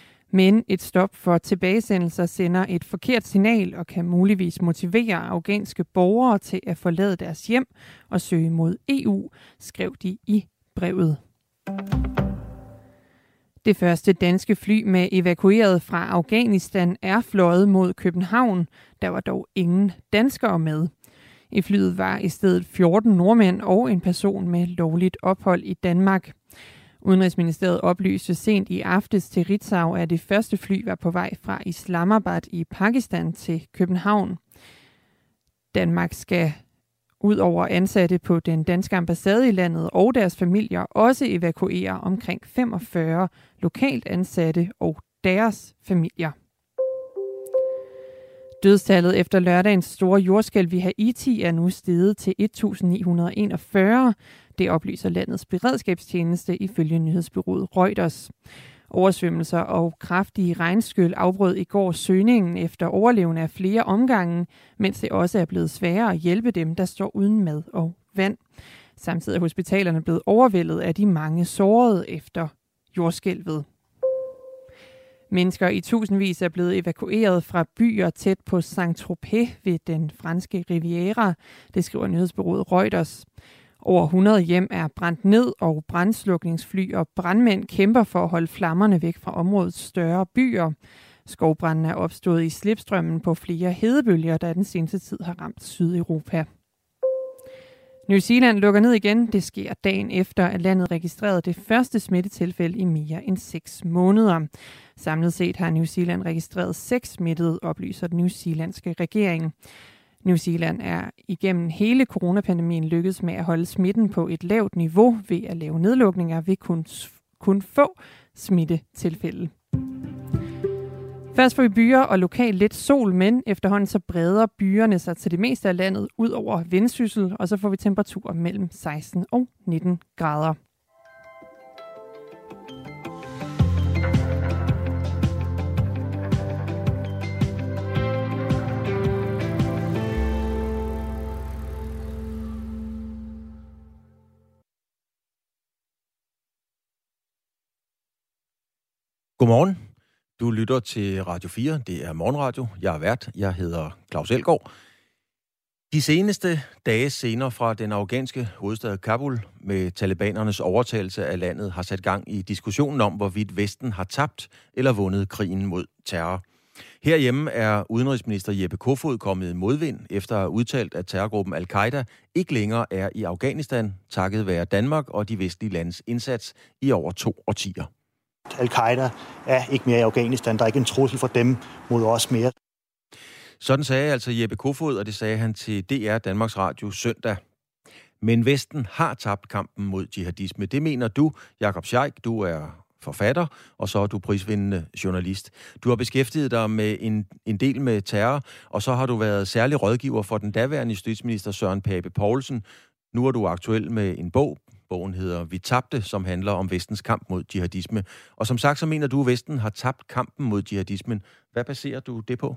S7: Men et stop for tilbagesendelser sender et forkert signal og kan muligvis motivere afghanske borgere til at forlade deres hjem og søge mod E U, skrev de i brevet. Det første danske fly med evakueret fra Afghanistan er fløjet mod København. Der var dog ingen danskere med. I flyet var i stedet fjorten nordmænd og en person med lovligt ophold i Danmark. Udenrigsministeriet oplyste sent i aftes til Ritzau, at det første fly var på vej fra Islamabad i Pakistan til København. Danmark skal ud over ansatte på den danske ambassade i landet og deres familier også evakuere omkring femogfyrre lokalt ansatte og deres familier. Dødstallet efter lørdagens store jordskælv i Haiti er nu steget til et tusind ni hundrede og enogfyrre. Det oplyser landets beredskabstjeneste ifølge nyhedsbureauet Reuters. Oversvømmelser og kraftige regnskyl afbrød i går søgningen efter overlevende af flere omgange, mens det også er blevet sværere at hjælpe dem, der står uden mad og vand. Samtidig er hospitalerne blevet overvældet af de mange sårede efter jordskælvet. Mennesker i tusindvis er blevet evakueret fra byer tæt på Saint-Tropez ved den franske Riviera, det skriver nyhedsbureauet Reuters. Over hundrede hjem er brændt ned, og brandslukningsfly og brandmænd kæmper for at holde flammerne væk fra områdets større byer. Skovbranden er opstået i slipstrømmen på flere hedebølger, der den seneste tid har ramt Sydeuropa. New Zealand lukker ned igen. Det sker dagen efter, at landet registrerede det første smittetilfælde i mere end seks måneder. Samlet set har New Zealand registreret seks smittede, oplyser den newzealandske regering. New Zealand er igennem hele coronapandemien lykkedes med at holde smitten på et lavt niveau ved at lave nedlukninger ved kun, kun få smittetilfælde. Først får vi byer og lokalt lidt sol, men efterhånden så breder byerne sig til det meste af landet ud over Vendsyssel, og så får vi temperaturer mellem seksten og nitten grader.
S1: Godmorgen. Du lytter til Radio fire. Det er Morgenradio. Jeg er vært. Jeg hedder Claus Elgaard. De seneste dage senere fra den afghanske hovedstad Kabul med talibanernes overtagelse af landet har sat gang i diskussionen om, hvorvidt Vesten har tabt eller vundet krigen mod terror. Herhjemme er udenrigsminister Jeppe Kofod kommet i modvind efter at have udtalt, at terrorgruppen Al-Qaida ikke længere er i Afghanistan, takket være Danmark og de vestlige landes indsats i over to årtier.
S9: Al-Qaida er ikke mere i Afghanistan. Der er ikke en trussel for dem mod os mere.
S1: Sådan sagde altså Jeppe Kofod, og det sagde han til D R Danmarks Radio søndag. Men Vesten har tabt kampen mod jihadisme. Det mener du, Jakob Sheik. Du er forfatter, og så er du prisvindende journalist. Du har beskæftiget dig med en, en del med terror, og så har du været særlig rådgiver for den daværende justitsminister Søren Pape Poulsen. Nu er du aktuel med en bog. Bogen hedder Vi tabte, som handler om Vestens kamp mod jihadisme. Og som sagt, så mener du, at Vesten har tabt kampen mod jihadismen. Hvad baserer du det på?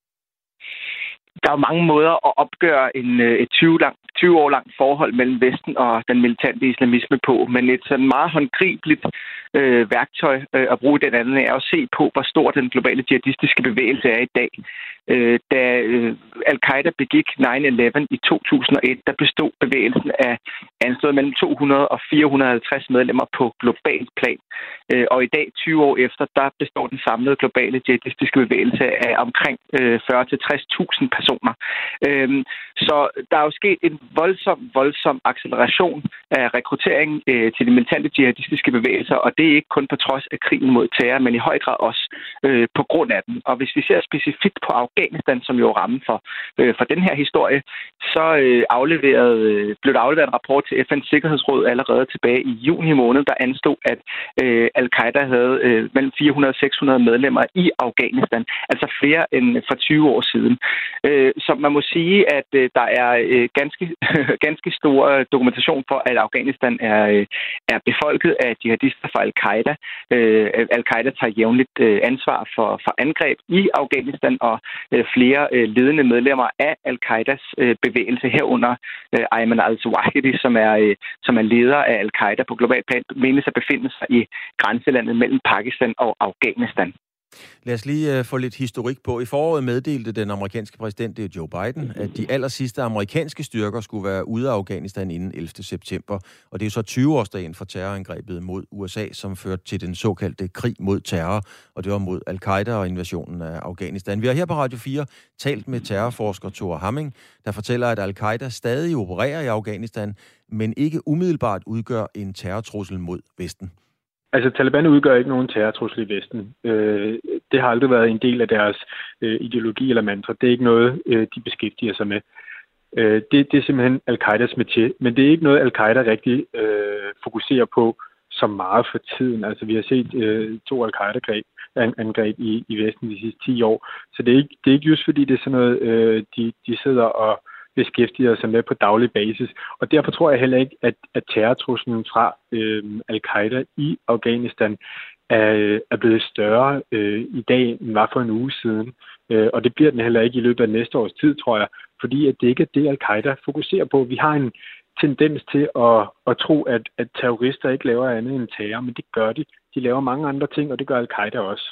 S10: Der er jo mange måder at opgøre en, et tyve, lang, tyve år langt forhold mellem Vesten og den militante islamisme på, men et sådan meget håndgribeligt øh, værktøj øh, at bruge den anden er at se på, hvor stor den globale jihadistiske bevægelse er i dag. Øh, da øh, Al-Qaida begik nine eleven i to tusind og et, der bestod bevægelsen af anslået mellem to hundrede og fire hundrede og halvtreds medlemmer på globalt plan. Øh, og i dag, tyve år efter, der består den samlede globale jihadistiske bevægelse af omkring øh, fyrre til tres tusind personer. Øh, så der er jo sket en voldsom, voldsom acceleration af rekruttering øh, til de militante jihadistiske bevægelser, og det er ikke kun på trods af krigen mod terror, men i høj grad også øh, på grund af den. Og hvis vi ser specifikt på Afghanistan, som jo er rammen for, øh, for den her historie, så øh, afleveret, øh, blev der afleveret en rapport til F N's Sikkerhedsråd allerede tilbage i juni måned, der anstod, at øh, Al-Qaida havde øh, mellem fire hundrede og seks hundrede medlemmer i Afghanistan, altså flere end for tyve år siden. Øh, så man må sige, at øh, der er øh, ganske, ganske stor dokumentation for, at Afghanistan er, øh, er befolket af jihadister fra Al-Qaida. Øh, Al-Qaida tager jævnligt øh, ansvar for, for angreb i Afghanistan, og øh, flere øh, ledende medlemmer af Al-Qaidas øh, bevægelse herunder øh, Ayman al-Zawahiri, som er, øh, som er leder af Al-Qaida på global plan, menes at befinde sig i grænselandet mellem Pakistan og Afghanistan.
S1: Lad os lige uh, få lidt historik på. I foråret meddelte den amerikanske præsident Joe Biden, at de aller sidste amerikanske styrker skulle være ude af Afghanistan inden ellevte september. Og det er jo så tyve-årsdagen for terrorangrebet mod U S A, som førte til den såkaldte krig mod terror. Og det var mod Al-Qaida og invasionen af Afghanistan. Vi har her på Radio fire talt med terrorforsker Thor Hamming, der fortæller, at Al-Qaida stadig opererer i Afghanistan, men ikke umiddelbart udgør en terrortrussel mod Vesten.
S11: Altså, Taliban udgør ikke nogen terrortrussel i Vesten. Øh, det har aldrig været en del af deres øh, ideologi eller mantra. Det er ikke noget, øh, de beskæftiger sig med. Øh, det, det er simpelthen Al-Qaidas métier. Men det er ikke noget, Al-Qaida rigtig øh, fokuserer på så meget for tiden. Altså, vi har set øh, to Al-Qaida-angreb i, i Vesten de sidste ti år. Så det er ikke, det er ikke just fordi, det er sådan noget, øh, de, de sidder og beskæftiger sig med på daglig basis. Og derfor tror jeg heller ikke, at, at terrortruslen fra øh, Al-Qaida i Afghanistan er, er blevet større øh, i dag, end var for en uge siden. Øh, og det bliver den heller ikke i løbet af næste års tid, tror jeg, fordi at det ikke er det, Al-Qaida fokuserer på. Vi har en tendens til at, at tro, at, at terrorister ikke laver andet end terror, men det gør de. De laver mange andre ting, og det gør Al-Qaida også.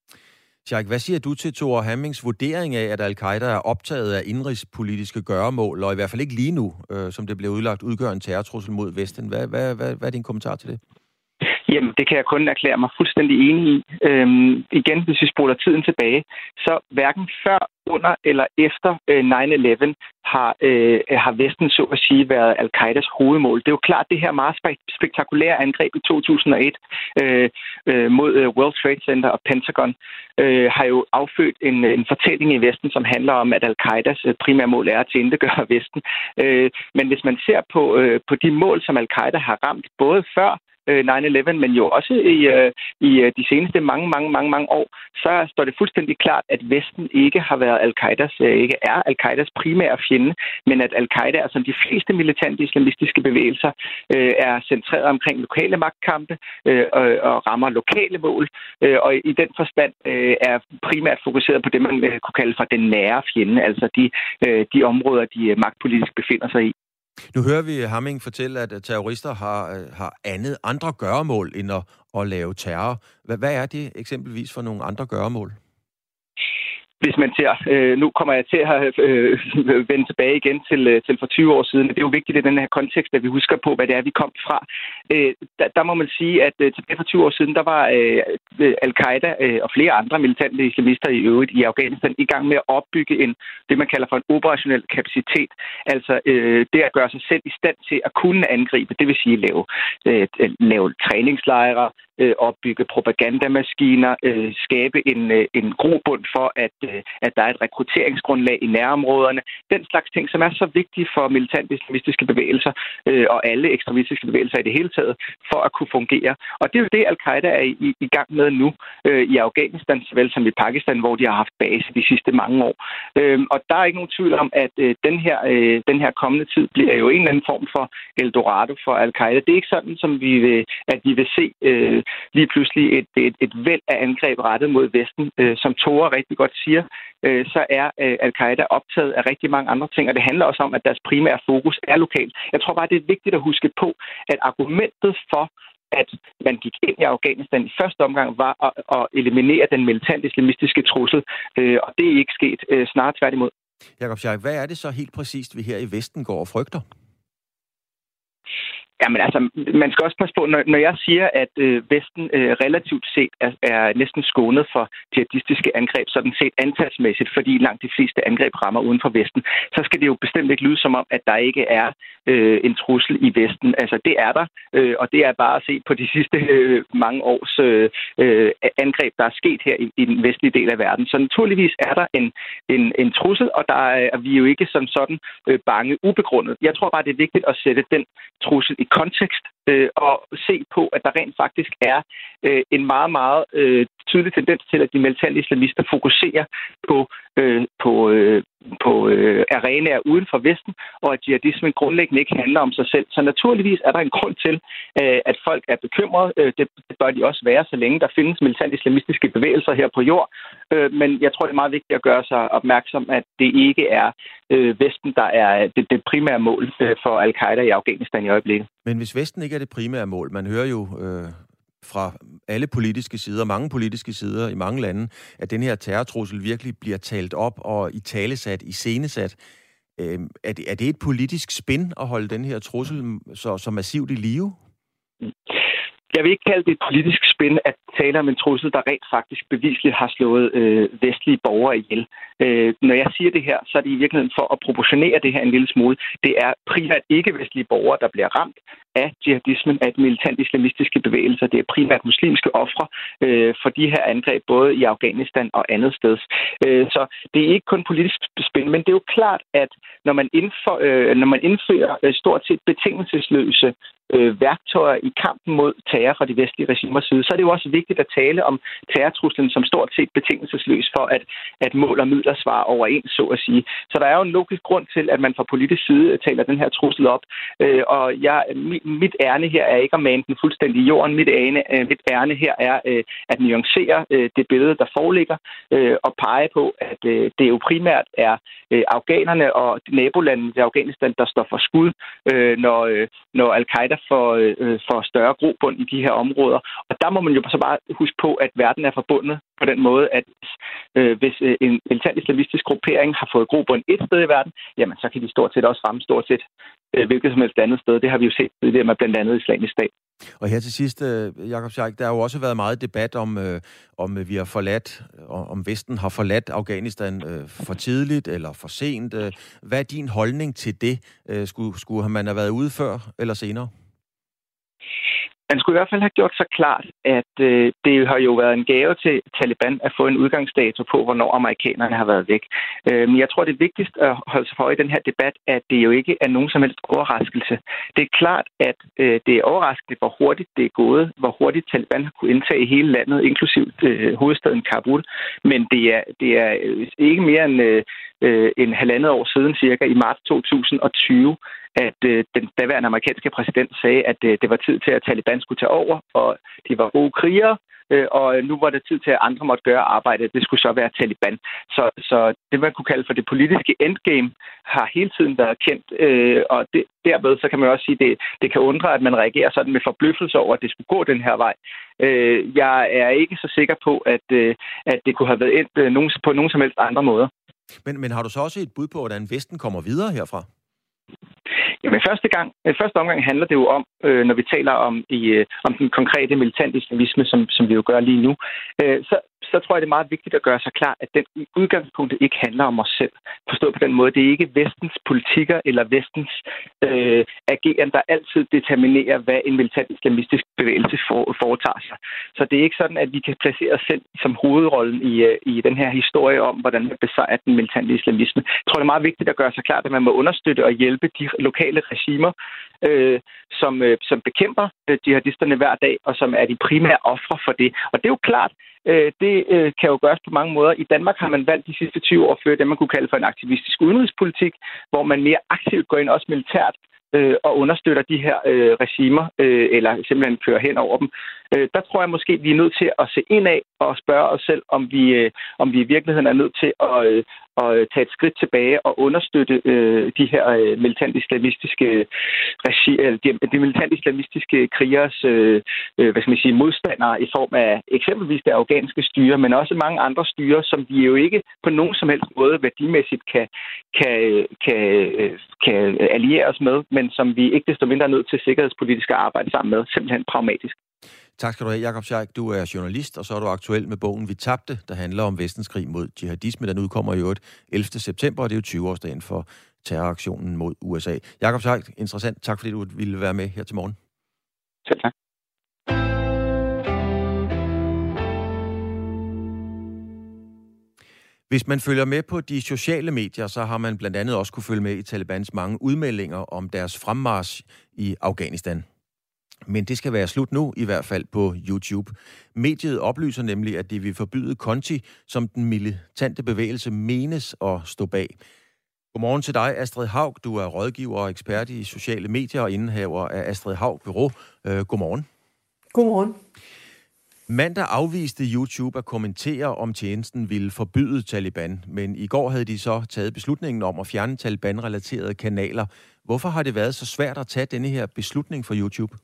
S1: Sheik, hvad siger du til Thor Hammings vurdering af, at Al-Qaida er optaget af indrigspolitiske gøremål, og i hvert fald ikke lige nu, øh, som det blev udlagt, udgør en terrortrussel mod Vesten? Hvad, hvad, hvad, hvad er din kommentar til det?
S10: Jamen, det kan jeg kun erklære mig fuldstændig enig i. Øhm, igen, hvis vi spoler tiden tilbage, så hverken før, under eller efter øh, nine eleven har, øh, har Vesten så at sige været Al-Qaidas hovedmål. Det er jo klart, det her meget spek- spektakulære angreb i to tusind og et øh, øh, mod øh, World Trade Center og Pentagon øh, har jo affødt en, en fortælling i Vesten, som handler om, at Al-Qaidas øh, primære mål er at tilintetgøre Vesten. Øh, men hvis man ser på, øh, på de mål, som Al-Qaida har ramt, både før nine eleven, men jo også i, i de seneste mange, mange, mange, mange år, så står det fuldstændig klart, at Vesten ikke har været Al-Qaidas, ikke er Al-Qaidas primære fjende, men at Al-Qaida, altså de fleste militante islamistiske bevægelser, er centreret omkring lokale magtkampe og, og rammer lokale mål, og i den forstand er primært fokuseret på det, man kunne kalde for den nære fjende, altså de, de områder, de magtpolitisk befinder sig i.
S1: Nu hører vi Hamming fortælle, at terrorister har, har andet andre gøremål end at, at lave terror. Hvad, hvad er det eksempelvis for nogle andre gøremål?
S10: hvis man ser, øh, nu kommer jeg til at øh, vende tilbage igen til, øh, til for tyve år siden. Det er jo vigtigt i den her kontekst, at vi husker på, hvad det er, vi kom fra. Øh, der, der må man sige, at øh, tilbage for tyve år siden, der var øh, Al-Qaida øh, og flere andre militante islamister i øvrigt i Afghanistan i gang med at opbygge en, det man kalder for en operationel kapacitet. Altså øh, det at gøre sig selv i stand til at kunne angribe, det vil sige lave, øh, lave træningslejre, øh, opbygge propagandamaskiner, øh, skabe en, øh, en grobund for, at, øh, at der er et rekrutteringsgrundlag i nærområderne. Den slags ting, som er så vigtige for militante islamistiske bevægelser øh, og alle ekstremistiske bevægelser i det hele taget, for at kunne fungere. Og det er jo det, Al-Qaida er i, i gang med nu øh, i Afghanistan, såvel som i Pakistan, hvor de har haft base de sidste mange år. Øh, og der er ikke nogen tvivl om, at øh, den, her, øh, den her kommende tid bliver jo en eller anden form for Eldorado for Al-Qaida. Det er ikke sådan, som vi vil, at vi vil se øh, lige pludselig et, et, et væld af angreb rettet mod Vesten. Øh, som Tore rigtig godt siger, øh, så er øh, Al-Qaida optaget af rigtig mange andre ting, og det handler også om, at deres primære fokus er lokalt. Jeg tror bare, det er vigtigt at huske på, at argumentet for, at man gik ind i Afghanistan i første omgang, var at, at eliminere den militante islamistiske trussel, øh, og det er ikke sket, øh, snarere tværtimod.
S1: Jakob Schaik, hvad er det så helt præcist, vi her i Vesten går og frygter?
S10: Jamen altså, man skal også passe på, når, når jeg siger, at øh, Vesten øh, relativt set er, er næsten skånet for jihadistiske angreb, sådan set antalsmæssigt, fordi langt de fleste angreb rammer uden for Vesten, så skal det jo bestemt ikke lyde som om, at der ikke er øh, en trussel i Vesten. Altså, det er der, øh, og det er bare at se på de sidste øh, mange års øh, øh, angreb, der er sket her i, i den vestlige del af verden. Så naturligvis er der en, en, en trussel, og der er vi jo ikke som sådan øh, bange ubegrundet. Jeg tror bare, det er vigtigt at sætte den trussel i kontekst øh, og se på, at der rent faktisk er øh, en meget, meget øh, tydelig tendens til, at de militante islamister fokuserer på, øh, på, øh, på øh, arenaer uden for Vesten, og at jihadismen grundlæggende ikke handler om sig selv. Så naturligvis er der en grund til, øh, at folk er bekymrede. Øh, det, det bør de også være, så længe der findes militante islamistiske bevægelser her på jord. Øh, men jeg tror, det er meget vigtigt at gøre sig opmærksom, at det ikke er øh, Vesten, der er det, det primære mål øh, for Al-Qaida i Afghanistan i øjeblikket.
S1: Men hvis Vesten ikke er det primære mål, man hører jo øh, fra alle politiske sider, mange politiske sider i mange lande, at den her terrortrussel virkelig bliver talt op og italesat, iscenesat. Øh, er, det, er det et politisk spin at holde den her trussel så, så massivt i live?
S10: Jeg vil ikke kalde det et politisk spin at tale om en trussel, der rent faktisk bevisligt har slået øh, vestlige borgere ihjel. Øh, når jeg siger det her, så er det i virkeligheden for at proportionere det her en lille smule. Det er primært ikke-vestlige borgere, der bliver ramt af jihadismen, af de militante islamistiske bevægelser. Det er primært muslimske ofre øh, for de her angreb, både i Afghanistan og andet sted. Øh, så det er ikke kun politisk spin, men det er jo klart, at når man, indfor, øh, når man indfører øh, stort set betingelsesløse øh, værktøjer i kampen mod terror fra de vestlige regimers side, så er det jo også vigtigt at tale om terrortruslen som stort set betingelsesløs for, at, at mål og midler svarer overens, så at sige. Så der er jo en logisk grund til, at man fra politisk side taler den her trussel op. Øh, og jeg, mit ærne her er ikke at mane den fuldstændig i jorden. Mit ærne, øh, mit ærne her er øh, at nuancere øh, det billede, der foreligger, øh, og pege på, at øh, det jo primært er øh, afghanerne og nabolandene til Afghanistan, der står for skud, øh, når, øh, når Al-Qaida får, øh, får større grobund i de her områder. Og der må man jo så bare huske på, at verden er forbundet på den måde, at øh, hvis øh, en militant islamistisk gruppering har fået grobund et sted i verden, jamen så kan de stort set også ramme stort set øh, hvilket som helst andet sted. Det har vi jo set tidligere med blandt andet Islamisk Stat.
S1: Og her til sidst, Jakob Schaik, der har jo også været meget debat om, øh, om vi har forladt, om Vesten har forladt Afghanistan øh, for tidligt eller for sent. Hvad er din holdning til det? Øh, skulle, skulle man have været ude før eller senere?
S10: Man skulle i hvert fald have gjort så klart, at øh, det har jo været en gave til Taliban at få en udgangsdato på, hvornår amerikanerne har været væk. Øh, men jeg tror, det er vigtigst at holde sig for i den her debat, at det jo ikke er nogen som helst overraskelse. Det er klart, at øh, det er overraskende, hvor hurtigt det er gået, hvor hurtigt Taliban har kunne indtage hele landet, inklusivt øh, hovedstaden Kabul. Men det er, det er ikke mere end øh, en halvandet år siden, cirka i marts to tusind og tyve, at øh, den daværende amerikanske præsident sagde, at øh, det var tid til, at Taliban skulle tage over, og de var gode krigere, øh, og nu var det tid til, at andre måtte gøre arbejdet. Det skulle så være Taliban. Så, så det, man kunne kalde for det politiske endgame, har hele tiden været kendt, øh, og det, derved så kan man også sige, at det, det kan undre, at man reagerer sådan med forbløffelse over, at det skulle gå den her vej. Øh, jeg er ikke så sikker på, at, øh, at det kunne have været endt øh, nogen, på nogen som helst andre måder.
S1: Men, men har du så også et bud på, hvordan Vesten kommer videre herfra?
S10: Jamen, første, gang, første omgang handler det jo om, øh, når vi taler om, i, øh, om den konkrete militant islamisme, som, som vi jo gør lige nu, øh, så, så tror jeg, det er meget vigtigt at gøre sig klar, at den i udgangspunktet ikke handler om os selv. Forstået på den måde, det er ikke vestens politikker eller vestens øh, ageren, der altid determinerer, hvad en militant islamistisk bevægelse for, foretager sig. Så det er ikke sådan, at vi kan placere os selv som hovedrollen i, øh, i den her historie om, hvordan man besejrer den militante islamisme. Jeg tror, det er meget vigtigt at gøre sig klart, at man må understøtte og hjælpe de lokale regimer, øh, som, øh, som bekæmper øh, jihadisterne hver dag, og som er de primære ofre for det. Og det er jo klart, øh, det øh, kan jo gøres på mange måder. I Danmark har man valgt de sidste tyve år at føre det, man kunne kalde for en aktivistisk udenrigspolitik, hvor man mere aktivt går ind også militært øh, og understøtter de her øh, regimer, øh, eller simpelthen kører hen over dem. Øh, der tror jeg måske, vi er nødt til at se indad og spørge os selv, om vi, øh, om vi i virkeligheden er nødt til at, øh, at tage et skridt tilbage og understøtte øh, de her øh, militant islamistiske regi, eller de, de militant islamistiske krigers øh, hvad skal man sige, modstandere i form af eksempelvis det afghanske styre, men også mange andre styre, som vi jo ikke på nogen som helst måde værdimæssigt kan, kan, kan, kan alliere os med, men som vi ikke desto mindre er nødt til sikkerhedspolitisk at arbejde sammen med, simpelthen pragmatisk.
S1: Tak skal du have, Jakob Sheik. Du er journalist, og så er du aktuel med bogen Vi tabte, der handler om Vestens krig mod jihadisme. Den udkommer jo ellevte september, og det er jo tyve-årsdagen for terroraktionen mod U S A. Jakob Sheik, interessant. Tak fordi du ville være med her til morgen.
S10: Selv tak.
S1: Hvis man følger med på de sociale medier, så har man blandt andet også kunne følge med i Talibans mange udmeldinger om deres fremmarch i Afghanistan. Men det skal være slut nu, i hvert fald på YouTube. Mediet oplyser nemlig, at de vil forbyde Konti, som den militante bevægelse menes at stå bag. Godmorgen til dig, Astrid Haug. Du er rådgiver og ekspert i sociale medier og indehaver af Astrid Haug Bureau. Øh, godmorgen.
S12: Godmorgen.
S1: Mandag afviste YouTube at kommentere, om tjenesten ville forbyde Taliban, men i går havde de så taget beslutningen om at fjerne Taliban-relaterede kanaler. Hvorfor har det været så svært at tage denne her beslutning for YouTube?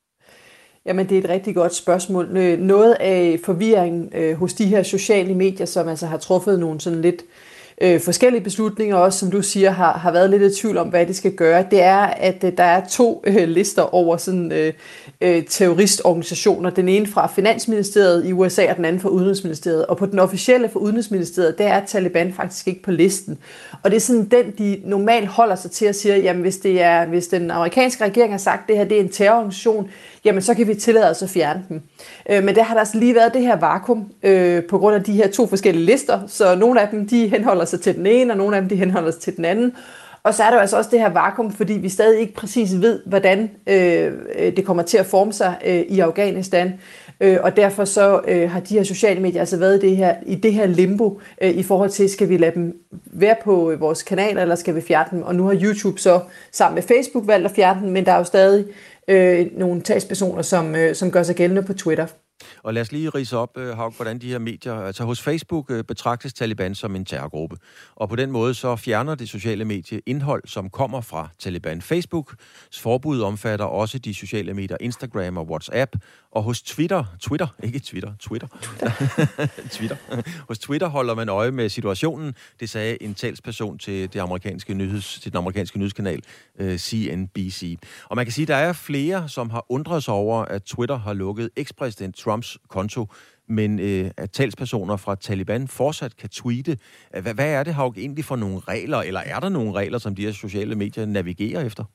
S12: Jamen, det er et rigtig godt spørgsmål. Noget af forvirringen øh, hos de her sociale medier, som altså har truffet nogle sådan lidt øh, forskellige beslutninger, også som du siger, har, har været lidt i tvivl om, hvad det skal gøre, det er, at øh, der er to øh, lister over sådan øh, øh, terroristorganisationer. Den ene fra Finansministeriet i U S A, og den anden fra Udenrigsministeriet. Og på den officielle fra Udenrigsministeriet, der er Taliban faktisk ikke på listen. Og det er sådan den, de normalt holder sig til at sige, jamen hvis, det er, hvis den amerikanske regering har sagt, at det her det er en terrororganisation, jamen så kan vi tillade os at fjerne dem. Øh, men der har der altså lige været det her vakuum øh, på grund af de her to forskellige lister, så nogle af dem de henholder sig til den ene, og nogle af dem de henholder sig til den anden. Og så er der altså også det her vakuum, fordi vi stadig ikke præcis ved, hvordan øh, det kommer til at forme sig øh, i Afghanistan. Øh, og derfor så øh, har de her sociale medier altså været i det her, i det her limbo øh, i forhold til, skal vi lade dem være på øh, vores kanaler, eller skal vi fjerne dem? Og nu har YouTube så sammen med Facebook valgt at fjerne dem, men der er jo stadig øh, nogle talspersoner, som, øh, som gør sig gældende på Twitter.
S1: Og lad os lige ridse op, Haug, hvordan de her medier... Altså hos Facebook betragtes Taliban som en terrorgruppe. Og på den måde så fjerner det sociale medie indhold, som kommer fra Taliban. Facebooks forbud omfatter også de sociale medier Instagram og WhatsApp. Og hos Twitter... Twitter? Ikke Twitter. Twitter. Twitter. Hos Twitter holder man øje med situationen. Det sagde en talsperson til, det amerikanske nyheds, til den amerikanske nyhedskanal C N B C. Og man kan sige, at der er flere, som har undret sig over, at Twitter har lukket ekspræsident Trumps konto, men øh, at talspersoner fra Taliban fortsat kan tweete. Hvad, hvad er det, Haug, egentlig for nogle regler, eller er der nogle regler, som de her sociale medier navigerer efter?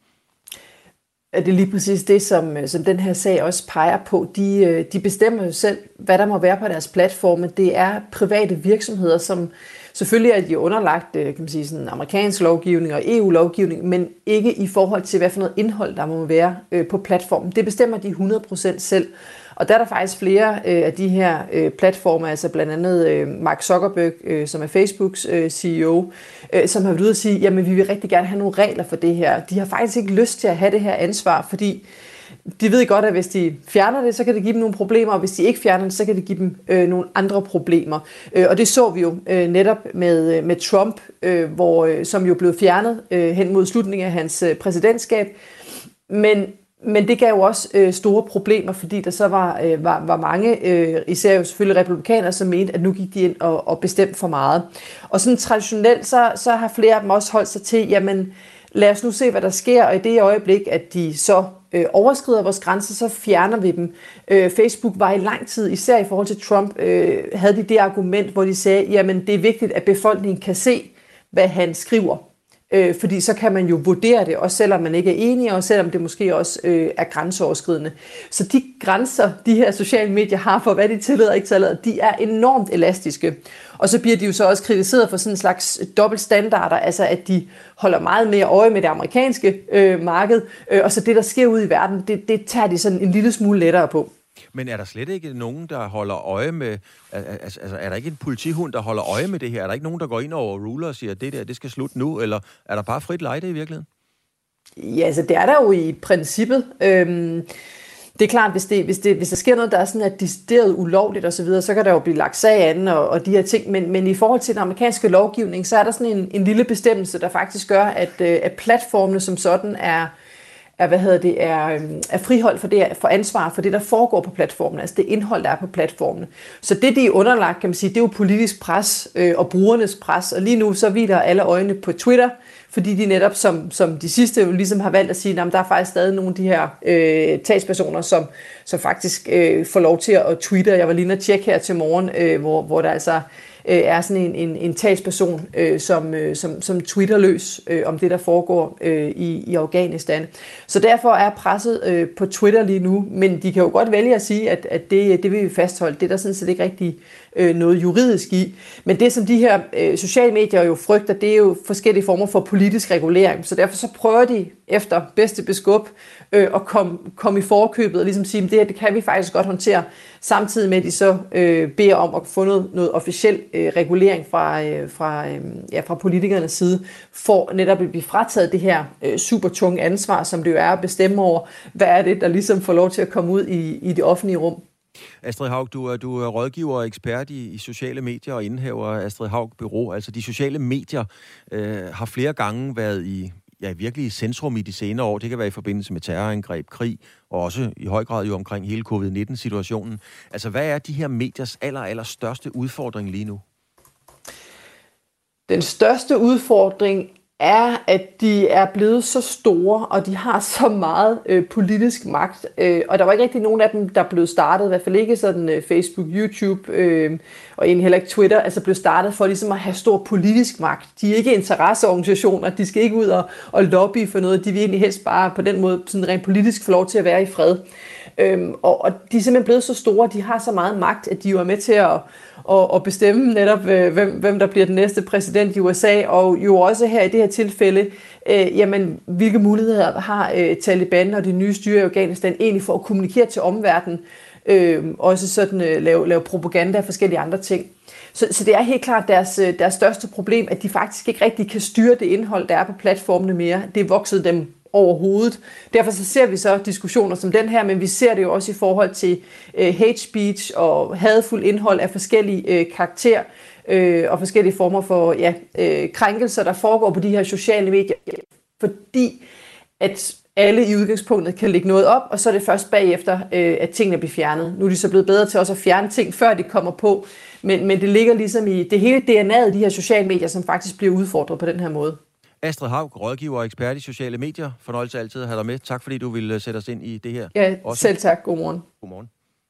S12: Det er lige præcis det, som, som den her sag også peger på. De, de bestemmer jo selv, hvad der må være på deres platforme. Det er private virksomheder, som selvfølgelig er de underlagt, kan man sige, sådan amerikansk lovgivning og E U-lovgivning, men ikke i forhold til, hvad for noget indhold, der må være på platformen. Det bestemmer de hundrede procent selv. Og der er der faktisk flere øh, af de her øh, platformer, altså blandt andet øh, Mark Zuckerberg, øh, som er Facebooks øh, C E O, øh, som har været ude at sige, jamen vi vil rigtig gerne have nogle regler for det her. De har faktisk ikke lyst til at have det her ansvar, fordi de ved godt, at hvis de fjerner det, så kan det give dem nogle problemer, og hvis de ikke fjerner det, så kan det give dem øh, nogle andre problemer. Øh, og det så vi jo øh, netop med, med Trump, øh, hvor, øh, som jo blev fjernet øh, hen mod slutningen af hans øh, præsidentskab. Men Men det gav jo også øh, store problemer, fordi der så var, øh, var, var mange, øh, især jo selvfølgelig republikanere, som mente, at nu gik de ind og, og bestemte for meget. Og sådan traditionelt, så, så har flere af dem også holdt sig til, jamen lad os nu se, hvad der sker, og i det øjeblik, at de så øh, overskrider vores grænser, så fjerner vi dem. Øh, Facebook var i lang tid, især i forhold til Trump, øh, havde de det argument, hvor de sagde, jamen det er vigtigt, at befolkningen kan se, hvad han skriver. Øh, fordi så kan man jo vurdere det, også selvom man ikke er enig, og selvom det måske også øh, er grænseoverskridende. Så de grænser, de her sociale medier har for, hvad de tillader og ikke tillader, de er enormt elastiske. Og så bliver de jo så også kritiseret for sådan en slags dobbeltstandarder, altså at de holder meget mere øje med det amerikanske øh, marked, øh, og så det, der sker ude i verden, det, det tager de sådan en lille smule lettere på.
S1: Men er der slet ikke nogen, der holder øje med... Altså, er der ikke en politihund, der holder øje med det her? Er der ikke nogen, der går ind over ruler og siger, at det der, det skal slutte nu? Eller er der bare frit lejde i virkeligheden?
S12: Ja, altså det er der jo i princippet. Øhm, det er klart, hvis, det, hvis, det, hvis der sker noget, der er sådan at decideret ulovligt osv., så, så kan der jo blive lagt sag an og, og de her ting. Men, men i forhold til den amerikanske lovgivning, så er der sådan en, en lille bestemmelse, der faktisk gør, at, at platformene som sådan er... er, hvad hedder det, er, er friholdt for, det, for ansvar for det, der foregår på platformen, altså det indhold, der er på platformen. Så det, de er underlagt, kan man sige, det er jo politisk pres øh, og brugernes pres, og lige nu så hviler alle øjne på Twitter, fordi de netop, som, som de sidste jo ligesom har valgt at sige, at der er faktisk stadig nogle af de her øh, talspersoner, som, som faktisk øh, får lov til at tweete. Jeg var lige at tjekke her til morgen, øh, hvor, hvor der altså øh, er sådan en, en, en talsperson, øh, som, øh, som, som tweeter løs øh, om det, der foregår øh, i, i Afghanistan. Så derfor er presset øh, på Twitter lige nu, men de kan jo godt vælge at sige, at, at det, det vil vi fastholde. Det er der sådan set ikke rigtig øh, noget juridisk i. Men det, som de her øh, sociale medier jo frygter, det er jo forskellige former for politisk regulering. Så derfor så prøver de efter bedste beskub øh, at komme kom i forkøbet og ligesom sige, at det her det kan vi faktisk godt håndtere, samtidig med at de så øh, beder om at få noget, noget officiel øh, regulering fra, øh, fra, øh, ja, fra politikernes side, for netop at blive frataget det her øh, super tunge ansvar, som det jo er at bestemme over, hvad er det, der ligesom får lov til at komme ud i, i det offentlige rum.
S1: Astrid Haug, du er, du er rådgiver og ekspert i, i sociale medier og indehaver Astrid Haug Bureau. Altså de sociale medier øh, har flere gange været i, ja, virkelig i centrum i de senere år. Det kan være i forbindelse med terrorangreb, krig, og også i høj grad jo omkring hele covid nitten-situationen. Altså hvad er de her mediers aller, aller største udfordring lige nu?
S12: Den største udfordring er, at de er blevet så store, og de har så meget øh, politisk magt. Øh, og der var ikke rigtig nogen af dem, der blev startet, i hvert fald ikke sådan øh, Facebook, YouTube øh, og egentlig heller ikke Twitter, altså blev startet for ligesom at have stor politisk magt. De er ikke interesseorganisationer, de skal ikke ud og, og lobby for noget, de vil egentlig helst bare på den måde sådan rent politisk få lov til at være i fred. Øhm, og, og de er simpelthen blevet så store, de har så meget magt, at de jo er med til at, at, at bestemme netop, øh, hvem, hvem der bliver den næste præsident i U S A, og jo også her i det her tilfælde, øh, jamen, hvilke muligheder har øh, Taliban og det nye styre i Afghanistan egentlig for at kommunikere til omverdenen, øh, også sådan øh, lave, lave propaganda og forskellige andre ting. Så, så det er helt klart deres, deres største problem, at de faktisk ikke rigtig kan styre det indhold, der er på platformene mere. Det er vokset dem overhovedet. Derfor så ser vi så diskussioner som den her, men vi ser det jo også i forhold til øh, hate speech og hadfuld indhold af forskellige øh, karakterer øh, og forskellige former for ja, øh, krænkelser, der foregår på de her sociale medier, fordi at alle i udgangspunktet kan lægge noget op, og så er det først bagefter, øh, at tingene bliver fjernet. Nu er de så blevet bedre til også at fjerne ting, før de kommer på, men, men det ligger ligesom i det hele D N A'et af de her sociale medier, som faktisk bliver udfordret på den her måde.
S1: Astrid Haug, rådgiver og ekspert i sociale medier. Fornøjelse altid at have dig med. Tak fordi du ville sætte os ind i det her.
S12: Ja,
S1: også.
S12: Selv tak. Godmorgen.
S1: Godmorgen.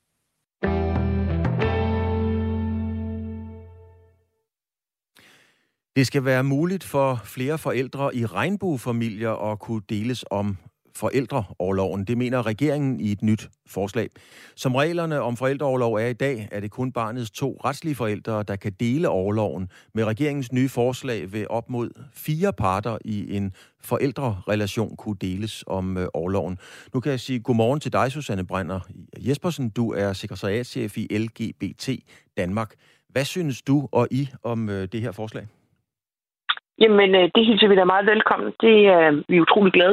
S1: Det skal være muligt for flere forældre i regnbuefamilier at kunne deles om forældreorloven. Det mener regeringen i et nyt forslag. Som reglerne om forældreorlov er i dag, er det kun barnets to retslige forældre, der kan dele orloven. Med regeringens nye forslag vil op mod fire parter i en forældrerelation kunne deles om øh, orloven. Nu kan jeg sige godmorgen til dig, Susanne Brænder Jespersen. Du er sekretariatschef i L G B T Danmark. Hvad synes du og I om øh, det her forslag?
S13: Jamen, det hilser vi da meget velkommen. Det er vi utrolig glade for.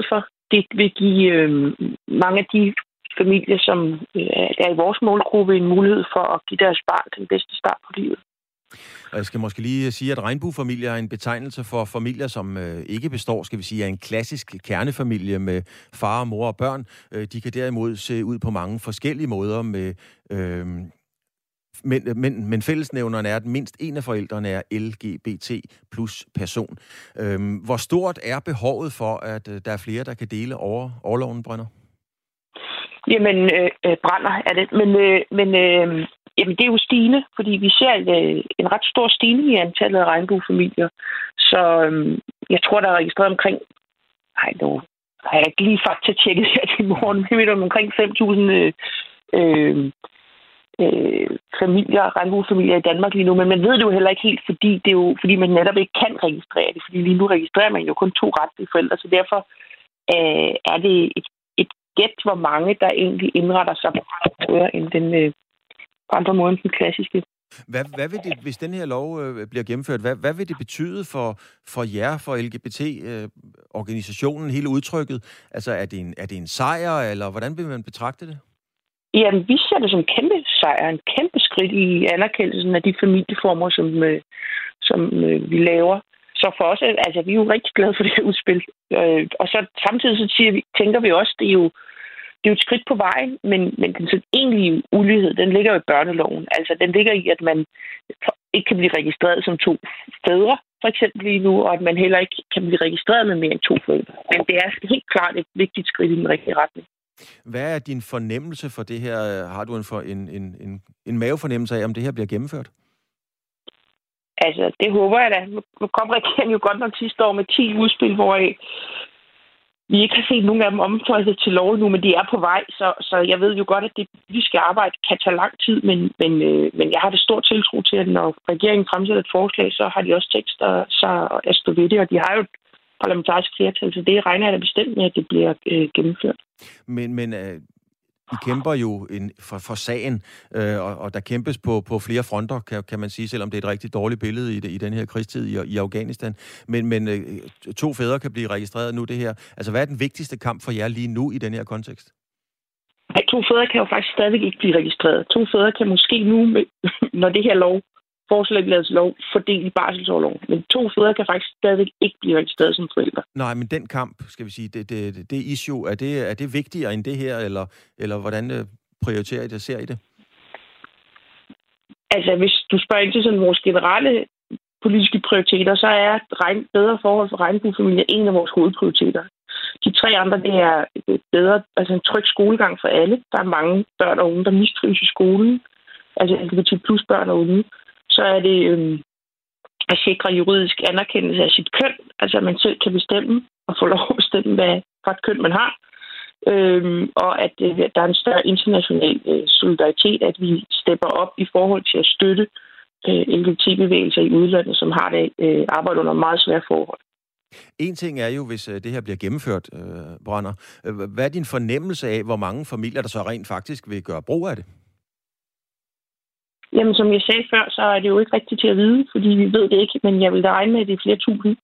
S13: det vil give øh, mange af de familier, som øh, er i vores målgruppe, en mulighed for at give deres barn den bedste start på livet.
S1: Og jeg skal måske lige sige, at regnbuefamilier er en betegnelse for familier, som øh, ikke består, skal vi sige, af en klassisk kernefamilie med far, mor og børn. Øh, de kan derimod se ud på mange forskellige måder med... Øh, Men, men, men fællesnævneren er, at mindst en af forældrene er L G B T plus person. Øhm, hvor stort er behovet for, at øh, der er flere, der kan dele over overloven, Brønner?
S13: Jamen, øh, brænder er det. Men, øh, men øh, jamen, det er jo stigende, fordi vi ser en, øh, en ret stor stigning i antallet af regnbuefamilier. Så øh, jeg tror, der er registreret omkring... Nej, nu har jeg ikke lige faktatjekket her til morgen, men omkring fem tusind... Øh, øh, Øh, familier, regnbuefamilier i Danmark lige nu, men man ved det jo heller ikke helt, fordi det er jo, fordi man netop ikke kan registrere det, fordi lige nu registrerer man jo kun to retlige forældre, så derfor øh, er det et, et gæt, hvor mange der egentlig indretter sig på andre end den, øh, på andre måder end den klassiske.
S1: Hvad, hvad vil det, hvis den her lov øh, bliver gennemført, hvad, hvad vil det betyde for, for jer, for L G B T-organisationen, øh, hele udtrykket? Altså, er det, en, er det en sejr, eller hvordan vil man betragte det?
S13: Jamen, vi ser det som en kæmpe sejr, en kæmpe skridt i anerkendelsen af de familieformer, som, øh, som øh, vi laver. Så for os, altså, vi er jo rigtig glade for det her udspil. Øh, og så samtidig så siger vi, tænker vi også, det er jo, det er jo et skridt på vejen, men, men den sådan egentlige ulighed, den ligger jo i børneloven. Altså, den ligger i, at man ikke kan blive registreret som to fædre, for eksempel lige nu, og at man heller ikke kan blive registreret med mere end to forældre. Men det er helt klart et vigtigt skridt i den rigtige retning.
S1: Hvad er din fornemmelse for det her? Har du en, for, en, en, en, en mavefornemmelse af, om det her bliver gennemført?
S13: Altså, det håber jeg da. Nu kom regeringen jo godt nok sidste år med ti udspil, hvor vi ikke har set nogen af dem omformet til lov nu, men de er på vej, så, så jeg ved jo godt, at det politiske arbejde kan tage lang tid, men, men, øh, men jeg har det stor tiltro til, at når regeringen fremsætter et forslag, så har de også tekst, der så at stå ved det, og de har jo parlamentarisk flertal, så det regner jeg da bestemt med, at det bliver øh, gennemført.
S1: Men, men øh, I kæmper jo en, for, for sagen, øh, og, og der kæmpes på, på flere fronter, kan, kan man sige, selvom det er et rigtig dårligt billede i, i den her krigstid i, i Afghanistan. Men, men øh, to fædre kan blive registreret nu, det her. Altså, hvad er den vigtigste kamp for jer lige nu i den her kontekst?
S13: Nej, to fædre kan jo faktisk stadig ikke blive registreret. To fædre kan måske nu, når det her lov forslagets lov fordele barselsorlov. Men to fædre kan faktisk stadig ikke blive registreret som forældre.
S1: Nej, men den kamp, skal vi sige, det, det, det issue, er det, er det vigtigere end det her, eller, eller hvordan prioriterer I det, ser I det?
S13: Altså, hvis du spørger ind til sådan vores generelle politiske prioriteter, så er regn, bedre forhold for regnbuefamilier en af vores hovedprioriteter. De tre andre, det er bedre, altså en tryg skolegang for alle. Der er mange børn og unge, der mistrives i skolen. Altså L G B T plus børn og unge. Så er det øhm, at sikre juridisk anerkendelse af sit køn. Altså at man selv kan bestemme og få lov at bestemme, hvad for et køn man har. Øhm, og at øh, der er en større international øh, solidaritet, at vi stepper op i forhold til at støtte øh, L G B T-bevægelser i udlandet, som har det øh, arbejde under meget svære forhold.
S1: En ting er jo, hvis det her bliver gennemført, øh, Brønner. Hvad er din fornemmelse af, hvor mange familier, der så rent faktisk vil gøre brug af det?
S13: Jamen, som jeg sagde før, så er det jo ikke rigtigt til at vide, fordi vi ved det ikke, men jeg vil da regne med, at det er flere tusind.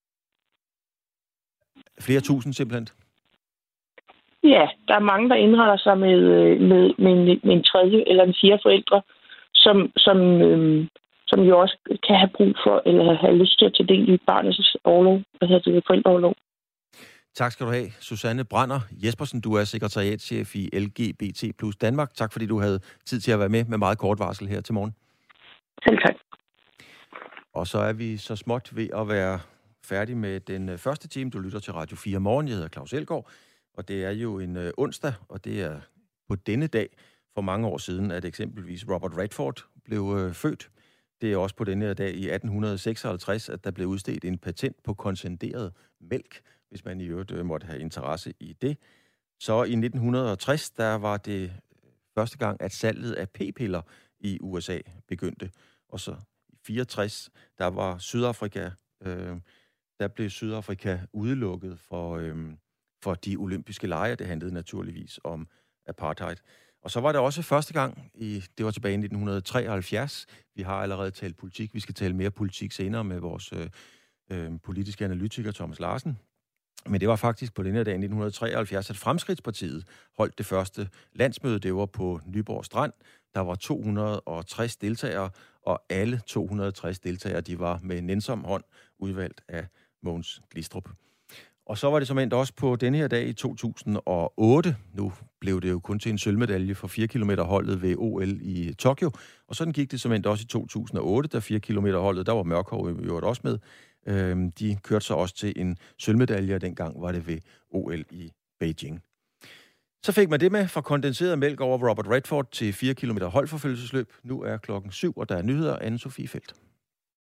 S1: Flere tusind simpelthen?
S13: Ja, der er mange, der indretter sig med, med, med, en, med en tredje eller en fjerde forældre, som, som, øhm, som jo også kan have brug for, eller have lyst til at tage del i barnets orlov, hvad hedder det, forældreorlov.
S1: Tak skal du have, Susanne Branner Jespersen. Du er sekretariatschef i L G B T plus Danmark. Tak fordi du havde tid til at være med med meget kort varsel her til morgen.
S13: Selv tak.
S1: Og så er vi så småt ved at være færdige med den første time. Du lytter til Radio fire Morgen. Jeg hedder Claus Elgaard, og det er jo en øh, onsdag, og det er på denne dag for mange år siden, at eksempelvis Robert Redford blev øh, født. Det er også på denne dag i atten seksoghalvtreds, at der blev udstedt en patent på kondenseret mælk, hvis man i øvrigt øh, måtte have interesse i det. Så i nitten tres, der var det første gang, at salget af p-piller i U S A begyndte. Og så i fireogtres, der var Sydafrika, øh, der blev Sydafrika udelukket for, øh, for de olympiske lege. Det handlede naturligvis om apartheid. Og så var det også første gang, i, det var tilbage i nitten treoghalvfjerds. Vi har allerede talt politik. Vi skal tale mere politik senere med vores øh, øh, politiske analytiker Thomas Larsen. Men det var faktisk på den her dag i nitten treoghalvfjerds, at Fremskridtspartiet holdt det første landsmøde. Det var på Nyborg Strand. Der var to hundrede og tres deltagere, og alle to hundrede og tres deltagere, de var med nænsom hånd udvalgt af Mogens Glistrup. Og så var det som endt også på denne her dag i to tusind og otte. Nu blev det jo kun til en sølvmedalje for fire kilometer holdet ved O L i Tokyo. Og sådan gik det som endt også i to tusind og otte, da fire kilometer holdet, der var Mørkov i øvrigt også med. De kørte så også til en sølvmedalje, og dengang var det ved O L i Beijing. Så fik man det med fra kondenseret mælk over Robert Redford til fire kilometer holdforfølgelsesløb. Nu er klokken syv, og der er nyheder. Anne-Sophie Felt.